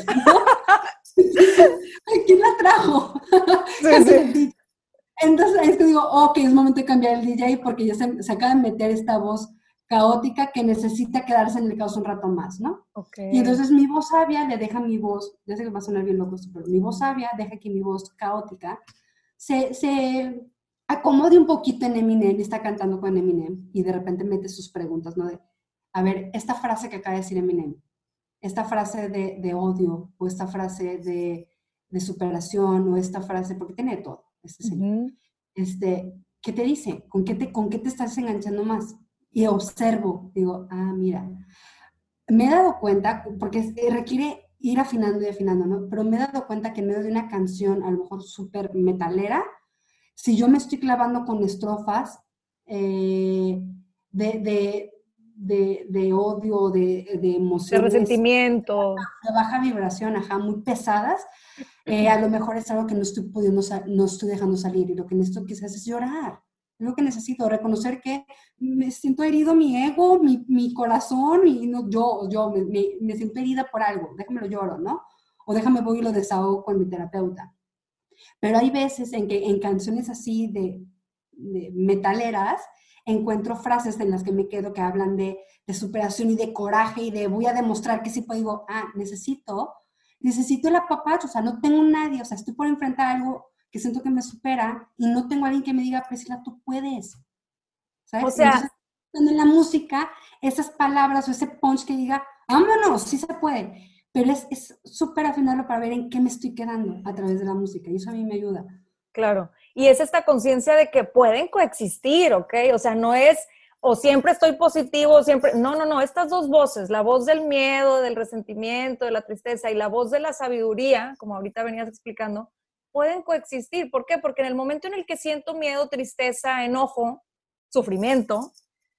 ¿Quién la trajo?
Sí, sí.
Entonces es que digo, ok, es momento de cambiar el D J porque ya se, se acaba de meter esta voz caótica que necesita quedarse en el caos un rato más, ¿no?
Okay.
Y entonces mi voz sabia le deja mi voz, ya sé que va a sonar bien loco esto, pero mi voz sabia deja que mi voz caótica se, se acomode un poquito en Eminem, está cantando con Eminem y de repente mete sus preguntas, ¿no? De, a ver, esta frase que acaba de decir Eminem, esta frase de, de odio o esta frase de, de superación o esta frase, porque tiene todo, este señor. Uh-huh. Este, ¿qué te dice? ¿Con qué te, ¿Con qué te estás enganchando más? Y observo, digo, ah, mira, me he dado cuenta, porque requiere ir afinando y afinando, ¿no? Pero me he dado cuenta que en medio de una canción, a lo mejor súper metalera, si yo me estoy clavando con estrofas eh, de, de, de, de odio, de, de emociones.
De resentimiento.
De baja vibración, ajá, muy pesadas, eh, a lo mejor es algo que no estoy pudiendo, no estoy dejando salir y lo que necesito quizás es llorar. Es lo que necesito, reconocer que me siento herido mi ego, mi, mi corazón, y no, yo, yo me, me, me siento herida por algo, déjame lo lloro, ¿no? O déjame voy y lo desahogo con mi terapeuta. Pero hay veces en que en canciones así de, de metaleras, encuentro frases en las que me quedo que hablan de, de superación y de coraje y de voy a demostrar que sí puedo. Digo, ah, necesito, necesito el apapacho, o sea, no tengo nadie, o sea, estoy por enfrentar algo que siento que me supera y no tengo a alguien que me diga, Priscila, tú puedes, ¿sabes?
O sea,
entonces, en la música, esas palabras o ese punch que diga, vámonos, sí se puede, pero es súper afinarlo para ver en qué me estoy quedando a través de la música y eso a mí me ayuda.
Claro, y es esta conciencia de que pueden coexistir, ¿ok? O sea, no es, o siempre estoy positivo, o siempre, no, no, no, estas dos voces, la voz del miedo, del resentimiento, de la tristeza y la voz de la sabiduría, como ahorita venías explicando, pueden coexistir. ¿Por qué? Porque en el momento en el que siento miedo, tristeza, enojo, sufrimiento,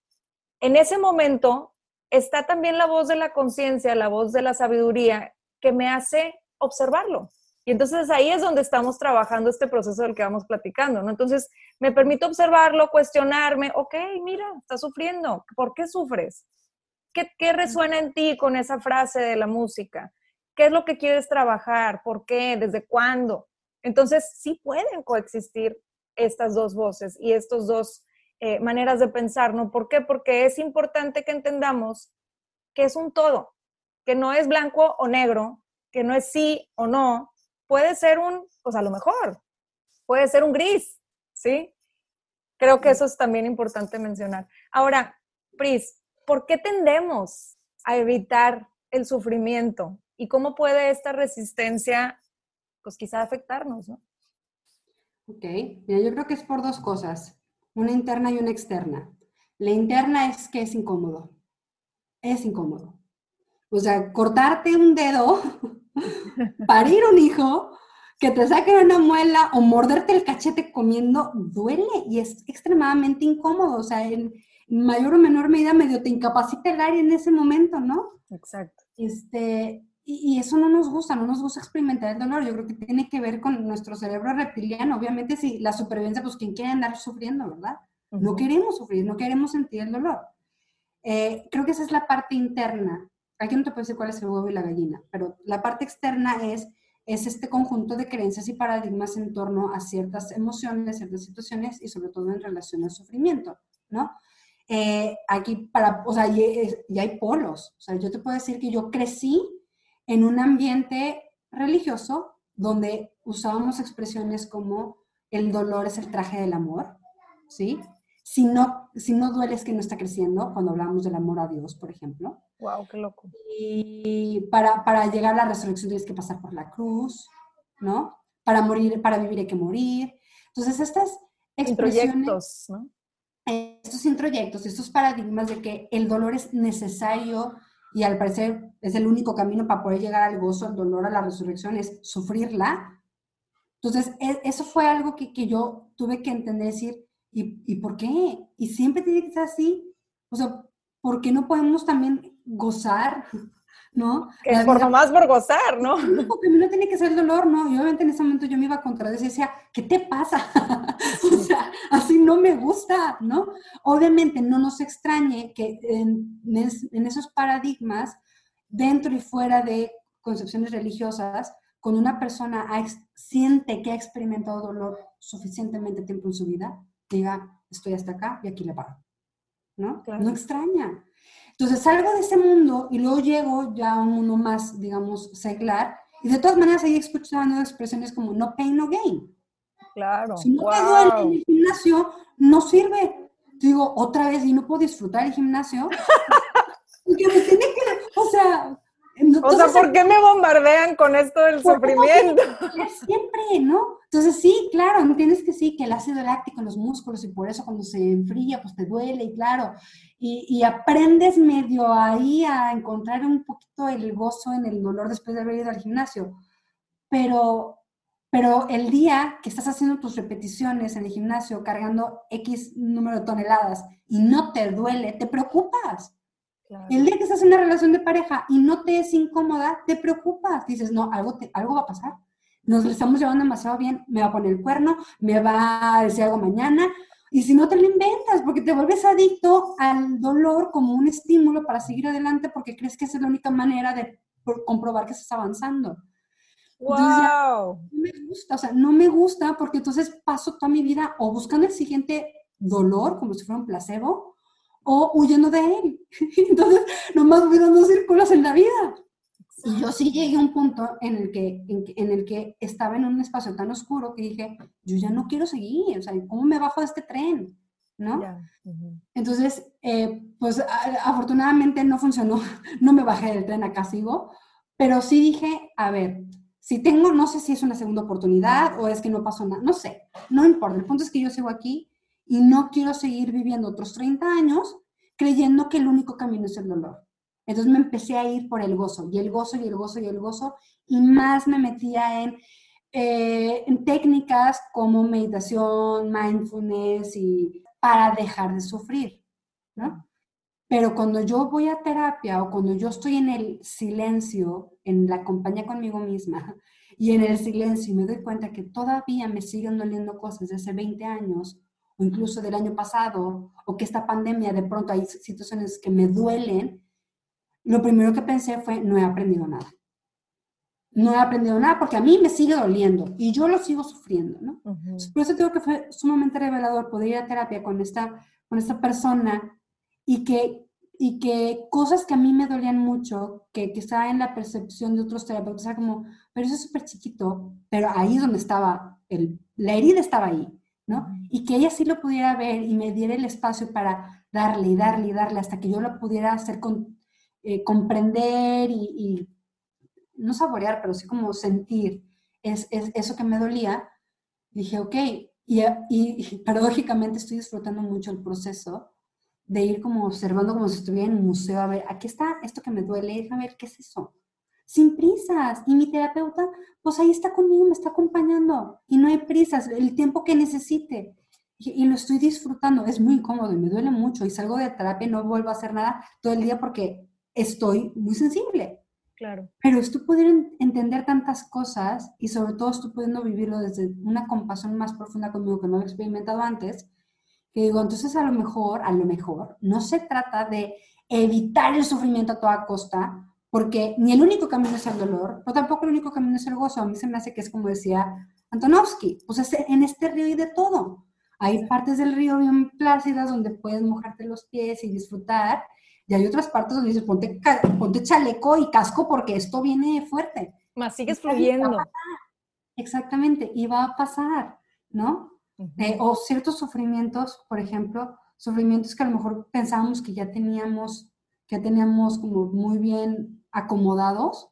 en ese momento está también la voz de la conciencia, la voz de la sabiduría que me hace observarlo. Y entonces ahí es donde estamos trabajando este proceso del que vamos platicando, ¿no? Entonces me permito observarlo, cuestionarme, ok, mira, estás sufriendo, ¿por qué sufres? ¿Qué, qué resuena en ti con esa frase de la música? ¿Qué es lo que quieres trabajar? ¿Por qué? ¿Desde cuándo? Entonces, sí pueden coexistir estas dos voces y estas dos eh, maneras de pensar, ¿no? ¿Por qué? Porque es importante que entendamos que es un todo, que no es blanco o negro, que no es sí o no, puede ser un, pues a lo mejor, puede ser un gris, ¿sí? Creo que eso es también importante mencionar. Ahora, Pris, ¿por qué tendemos a evitar el sufrimiento? ¿Y cómo puede esta resistencia pues quizá afectarnos, ¿no?
Ok, mira, yo creo que es por dos cosas, una interna y una externa. La interna es que es incómodo, es incómodo. O sea, cortarte un dedo, parir un hijo, que te saquen una muela o morderte el cachete comiendo, duele y es extremadamente incómodo. O sea, en mayor o menor medida medio te incapacita el aire en ese momento, ¿no?
Exacto.
Este... Y eso no nos gusta, no nos gusta experimentar el dolor. Yo creo que tiene que ver con nuestro cerebro reptiliano. Obviamente, si la supervivencia, pues ¿quién quiere andar sufriendo, verdad? Uh-huh. No queremos sufrir, no queremos sentir el dolor. Eh, creo que esa es la parte interna. Aquí no te puedo decir cuál es el huevo y la gallina, pero la parte externa es, es este conjunto de creencias y paradigmas en torno a ciertas emociones, ciertas situaciones y sobre todo en relación al sufrimiento, ¿no? Eh, aquí, para, o sea, ya, ya hay polos. O sea, yo te puedo decir que yo crecí en un ambiente religioso donde usábamos expresiones como el dolor es el traje del amor, ¿sí? Si no, si no duele es que no está creciendo, cuando hablamos del amor a Dios, por ejemplo.
¡Wow, qué loco!
Y para, para llegar a la resurrección tienes que pasar por la cruz, ¿no? Para morir, para vivir hay que morir. Entonces, estas expresiones...
Introyectos, ¿no?
Estos introyectos, estos paradigmas de que el dolor es necesario y al parecer es el único camino para poder llegar al gozo, al dolor, a la resurrección, es sufrirla. Entonces, eso fue algo que, que yo tuve que entender, decir, ¿y, ¿y por qué? Y siempre tiene que ser así. O sea, ¿por qué no podemos también gozar? ¿No?
Que es por nomás por gozar, ¿no?
El único camino tiene que ser el dolor, ¿no? Y obviamente en ese momento yo me iba a contradecir y decía, ¿qué te pasa? O sea, así no me gusta, ¿no? Obviamente no nos extrañe que en, en esos paradigmas, dentro y fuera de concepciones religiosas, cuando una persona ha, siente que ha experimentado dolor suficientemente tiempo en su vida, diga, estoy hasta acá y aquí le paro, ¿no? Claro. No extraña. Entonces salgo de ese mundo y luego llego ya a un mundo más, digamos, seglar, y de todas maneras ahí escuchando expresiones como no pain, no gain.
Claro.
Si no
wow.
te duele en el gimnasio, no sirve. Digo, otra vez, y no puedo disfrutar el gimnasio. Porque me tiene que, o sea...
Entonces, o sea, ¿por qué me bombardean con esto del sufrimiento?
Siempre, ¿no? Entonces, sí, claro, entiendes que sí, que el ácido láctico en los músculos y por eso cuando se enfría, pues te duele, y claro, y, y aprendes medio ahí a encontrar un poquito el gozo en el dolor después de haber ido al gimnasio, pero, pero el día que estás haciendo tus repeticiones en el gimnasio cargando X número de toneladas y no te duele, te preocupas. Claro. El día que estás en una relación de pareja y no te es incómoda, te preocupas. Dices, no, algo, te, algo va a pasar. Nos lo estamos llevando demasiado bien. Me va a poner el cuerno, me va a decir algo mañana. Y si no, te lo inventas, porque te vuelves adicto al dolor como un estímulo para seguir adelante, porque crees que esa es la única manera de comprobar que estás avanzando.
¡Wow!
Entonces, ya, no me gusta, o sea, no me gusta, porque entonces paso toda mi vida o buscando el siguiente dolor, como si fuera un placebo, o huyendo de él. Entonces, nomás voy dando círculos en la vida. Y yo sí llegué a un punto en el que, en, en el que estaba en un espacio tan oscuro que dije, yo ya no quiero seguir, o sea, ¿cómo me bajo de este tren? ¿No? Yeah. Uh-huh. Entonces, eh, pues a, afortunadamente no funcionó, no me bajé del tren, acá sigo, pero sí dije, a ver, si tengo, no sé si es una segunda oportunidad o es que no pasó nada, no sé, no importa, el punto es que yo sigo aquí y no quiero seguir viviendo otros treinta años creyendo que el único camino es el dolor. Entonces me empecé a ir por el gozo, y el gozo, y el gozo, y el gozo, y más me metía en, eh, en técnicas como meditación, mindfulness, y para dejar de sufrir, ¿no? Pero cuando yo voy a terapia o cuando yo estoy en el silencio, en la compañía conmigo misma, y en el silencio, y me doy cuenta que todavía me siguen doliendo cosas de hace veinte años, o incluso del año pasado, o que esta pandemia de pronto hay situaciones que me duelen, lo primero que pensé fue, no he aprendido nada. No he aprendido nada porque a mí me sigue doliendo y yo lo sigo sufriendo, ¿no? Uh-huh. Por eso digo que fue sumamente revelador poder ir a terapia con esta, con esta persona y que, y que cosas que a mí me dolían mucho, que, que estaba en la percepción de otros terapeutas, era como, pero eso es súper chiquito, pero ahí es donde estaba, el, la herida estaba ahí, ¿no? Y que ella sí lo pudiera ver y me diera el espacio para darle y darle y darle hasta que yo lo pudiera hacer con, eh, comprender y, y no saborear, pero sí como sentir es, es, eso que me dolía. Dije, ok, y, y, y paradójicamente estoy disfrutando mucho el proceso de ir como observando como si estuviera en un museo, a ver, aquí está esto que me duele, a ver, ¿qué es eso? Sin prisas, y mi terapeuta, pues ahí está conmigo, me está acompañando, y no hay prisas, el tiempo que necesite, y, y lo estoy disfrutando, es muy incómodo y me duele mucho, y salgo de terapia y no vuelvo a hacer nada todo el día porque estoy muy sensible.
Claro.
Pero estoy pudiendo entender tantas cosas, y sobre todo estoy pudiendo vivirlo desde una compasión más profunda conmigo que no había experimentado antes, que digo, entonces a lo mejor, a lo mejor, no se trata de evitar el sufrimiento a toda costa, porque ni el único camino es el dolor, pero tampoco el único camino es el gozo. A mí se me hace que es como decía Antonovsky, pues es, en este río hay de todo. Hay partes del río bien plácidas donde puedes mojarte los pies y disfrutar, y hay otras partes donde dices, ponte, ponte chaleco y casco porque esto viene fuerte.
Más sigues fluyendo.
Exactamente, y va a pasar, ¿no? Uh-huh. Eh, o ciertos sufrimientos, por ejemplo, sufrimientos que a lo mejor pensábamos que ya teníamos, que ya teníamos como muy bien acomodados,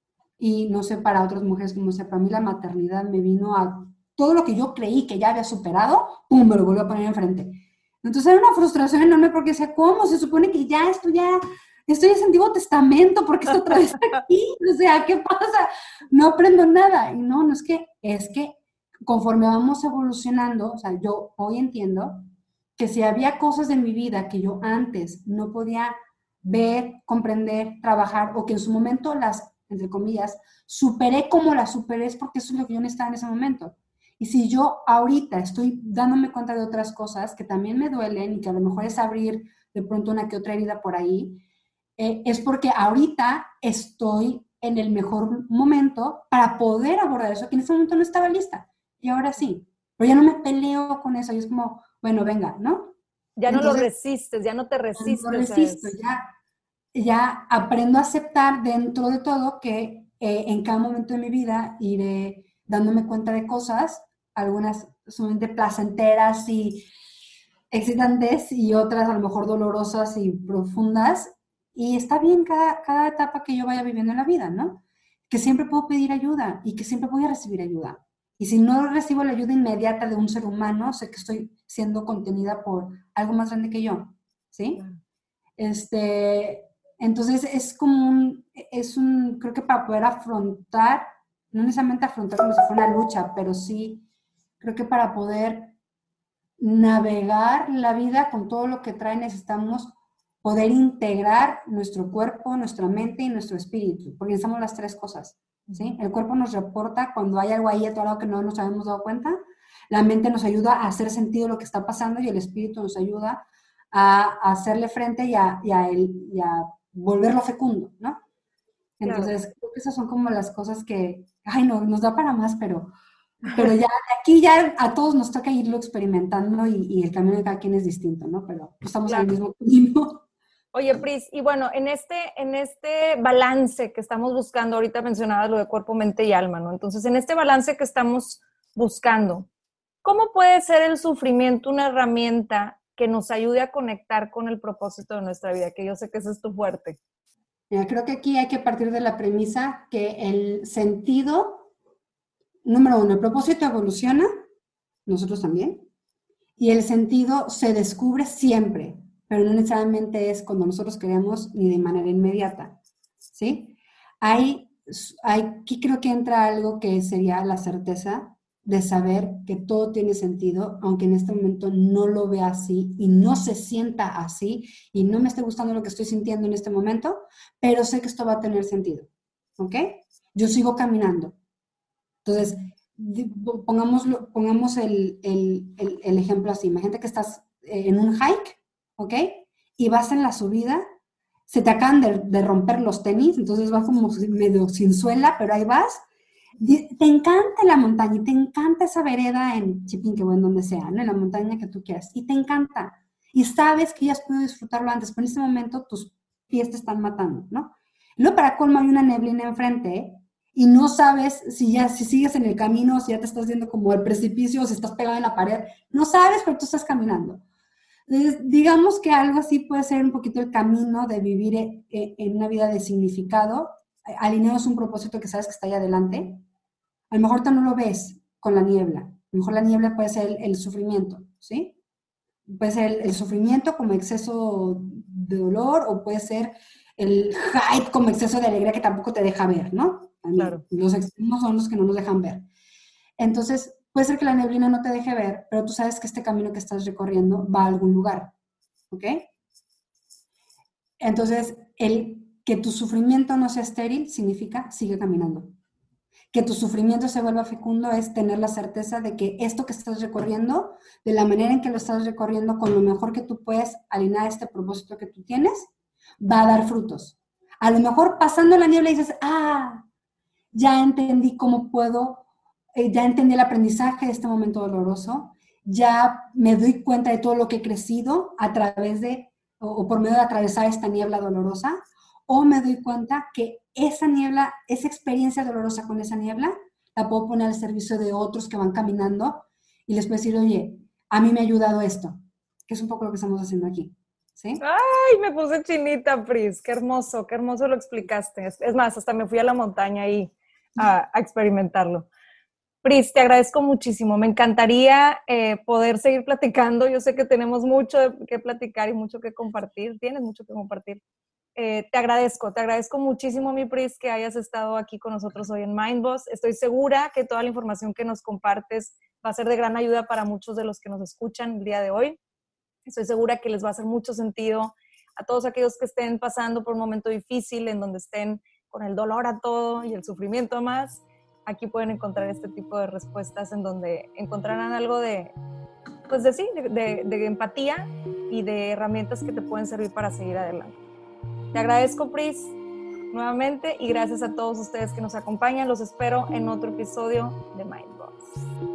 y no sé, para otras mujeres, como sé, para mí la maternidad me vino a todo lo que yo creí que ya había superado, ¡pum!, me lo volvió a poner enfrente. Entonces era una frustración enorme porque decía, ¿cómo? Se supone que ya esto ya, esto ya es Antiguo Testamento, porque esto otra vez está aquí, o sea, ¿qué pasa? No aprendo nada. Y no, no es que, es que conforme vamos evolucionando, o sea, yo hoy entiendo que si había cosas de mi vida que yo antes no podía ver, comprender, trabajar, o que en su momento las, entre comillas, superé como las superé, es porque eso es lo que yo necesitaba en ese momento. Y si yo ahorita estoy dándome cuenta de otras cosas que también me duelen y que a lo mejor es abrir de pronto una que otra herida por ahí, eh, es porque ahorita estoy en el mejor momento para poder abordar eso, que en ese momento no estaba lista. Y ahora sí. Pero ya no me peleo con eso. Y es como, bueno, venga, ¿no?
Ya no Entonces, lo resistes, ya no te resistes.
No resisto, ya, ya aprendo a aceptar dentro de todo que eh, en cada momento de mi vida iré dándome cuenta de cosas algunas sumamente placenteras y excitantes y otras a lo mejor dolorosas y profundas. Y está bien cada, cada etapa que yo vaya viviendo en la vida, ¿no? Que siempre puedo pedir ayuda y que siempre voy a recibir ayuda. Y si no recibo la ayuda inmediata de un ser humano, sé que estoy siendo contenida por algo más grande que yo, ¿sí? Claro. Este, entonces es como un, es un, creo que para poder afrontar, no necesariamente afrontar como si fuera una lucha, pero sí, creo que para poder navegar la vida con todo lo que trae necesitamos poder integrar nuestro cuerpo, nuestra mente y nuestro espíritu, porque necesitamos las tres cosas, ¿sí? El cuerpo nos reporta cuando hay algo ahí atorado que no nos habíamos dado cuenta, la mente nos ayuda a hacer sentido lo que está pasando y el espíritu nos ayuda a, a hacerle frente y a, y, a el, y a volverlo fecundo, ¿no? Entonces, claro, creo que esas son como las cosas que, ay, no, nos da para más, pero, pero ya aquí ya a todos nos toca irlo experimentando y, y el camino de cada quien es distinto, ¿no? Pero estamos claro. en el mismo camino.
Oye, Pris, y bueno, en este, en este balance que estamos buscando, ahorita mencionabas lo de cuerpo, mente y alma, ¿no? Entonces, en este balance que estamos buscando, ¿cómo puede ser el sufrimiento una herramienta que nos ayude a conectar con el propósito de nuestra vida? Que yo sé que ese es tu fuerte.
Mira, creo que aquí hay que partir de la premisa que el sentido, número uno, el propósito evoluciona, nosotros también, y el sentido se descubre siempre, pero no necesariamente es cuando nosotros queremos ni de manera inmediata, ¿sí? Hay, hay, aquí creo que entra algo que sería la certeza de saber que todo tiene sentido, aunque en este momento no lo vea así y no se sienta así y no me esté gustando lo que estoy sintiendo en este momento, pero sé que esto va a tener sentido, ¿ok? Yo sigo caminando. Entonces, pongamos, pongamos el, el, el, el ejemplo así. Imagínate que estás en un hike, ¿ok? Y vas en la subida, se te acaban de, de romper los tenis, entonces vas como medio sin suela, pero ahí vas. Te encanta la montaña y te encanta esa vereda en Chipinque o en donde sea, ¿no? En la montaña que tú quieras. Y te encanta. Y sabes que ya has podido disfrutarlo antes, pero en este momento tus pies te están matando, ¿no? Y luego para colmo hay una neblina enfrente, ¿eh? Y no sabes si ya si sigues en el camino, si ya te estás viendo como al precipicio, o si estás pegado en la pared. No sabes, pero tú estás caminando. Entonces, digamos que algo así puede ser un poquito el camino de vivir en una vida de significado, alineados a un propósito que sabes que está ahí adelante. A lo mejor tú no lo ves con la niebla. A lo mejor la niebla puede ser el, el sufrimiento, ¿sí? Puede ser el, el sufrimiento como exceso de dolor o puede ser el hype como exceso de alegría que tampoco te deja ver, ¿no? Claro. Los extremos son los que no nos dejan ver. Entonces, puede ser que la neblina no te deje ver, pero tú sabes que este camino que estás recorriendo va a algún lugar, ¿ok? Entonces, el que tu sufrimiento no sea estéril significa sigue caminando. Que tu sufrimiento se vuelva fecundo es tener la certeza de que esto que estás recorriendo, de la manera en que lo estás recorriendo, con lo mejor que tú puedes alinear este propósito que tú tienes, va a dar frutos. A lo mejor pasando la niebla dices, ah, ya entendí cómo puedo, eh, ya entendí el aprendizaje de este momento doloroso, ya me doy cuenta de todo lo que he crecido a través de, o, o por medio de atravesar esta niebla dolorosa, o me doy cuenta que esa niebla, esa experiencia dolorosa con esa niebla, la puedo poner al servicio de otros que van caminando y les puedo decir, oye, a mí me ha ayudado esto, que es un poco lo que estamos haciendo aquí. ¿Sí?
Ay, me puse chinita, Pris, qué hermoso, qué hermoso lo explicaste. Es, es más, hasta me fui a la montaña ahí a, a experimentarlo. Pris, te agradezco muchísimo. Me encantaría eh, poder seguir platicando. Yo sé que tenemos mucho que platicar y mucho que compartir. Tienes mucho que compartir. Eh, te agradezco, te agradezco muchísimo, mi Pris, que hayas estado aquí con nosotros hoy en Mindboss. Estoy segura que toda la información que nos compartes va a ser de gran ayuda para muchos de los que nos escuchan el día de hoy. Estoy segura que les va a hacer mucho sentido a todos aquellos que estén pasando por un momento difícil, en donde estén con el dolor a todo y el sufrimiento a más. Aquí pueden encontrar este tipo de respuestas en donde encontrarán algo de, pues de sí, de, de, de empatía y de herramientas que te pueden servir para seguir adelante. Te agradezco, Pris, nuevamente, y gracias a todos ustedes que nos acompañan. Los espero en otro episodio de Mindboss.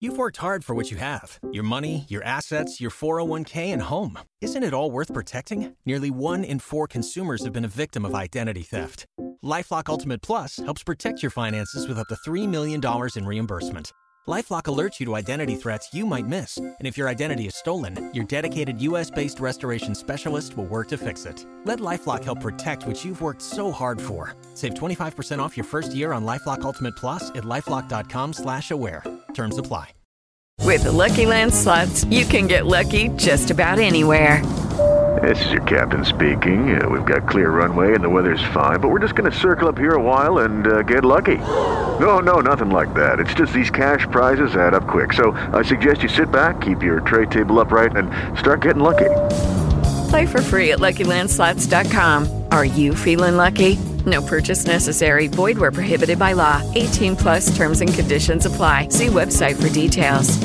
You've worked hard for what you have. Your money, your assets, your four oh one k, and home. Isn't it all worth protecting? Nearly one in four consumers have been a victim of identity theft. LifeLock Ultimate Plus helps protect your finances with up to three million dollars in reimbursement. LifeLock alerts you to identity threats you might miss. And if your identity is stolen, your dedicated U S-based restoration specialist will work to fix it. Let LifeLock help protect what you've worked so hard for. Save twenty-five percent off your first year on LifeLock Ultimate Plus at LifeLock.com slash aware. Terms apply.
With the Lucky Land Slots, you can get lucky just about anywhere.
This is your captain speaking. Uh, we've got clear runway and the weather's fine, but we're just going to circle up here a while and uh, get lucky. No, no, nothing like that. It's just these cash prizes add up quick. So I suggest you sit back, keep your tray table upright, and start getting lucky.
Play for free at Lucky Land Slots dot com. Are you feeling lucky? No purchase necessary. Void where prohibited by law. eighteen plus terms and conditions apply. See website for details.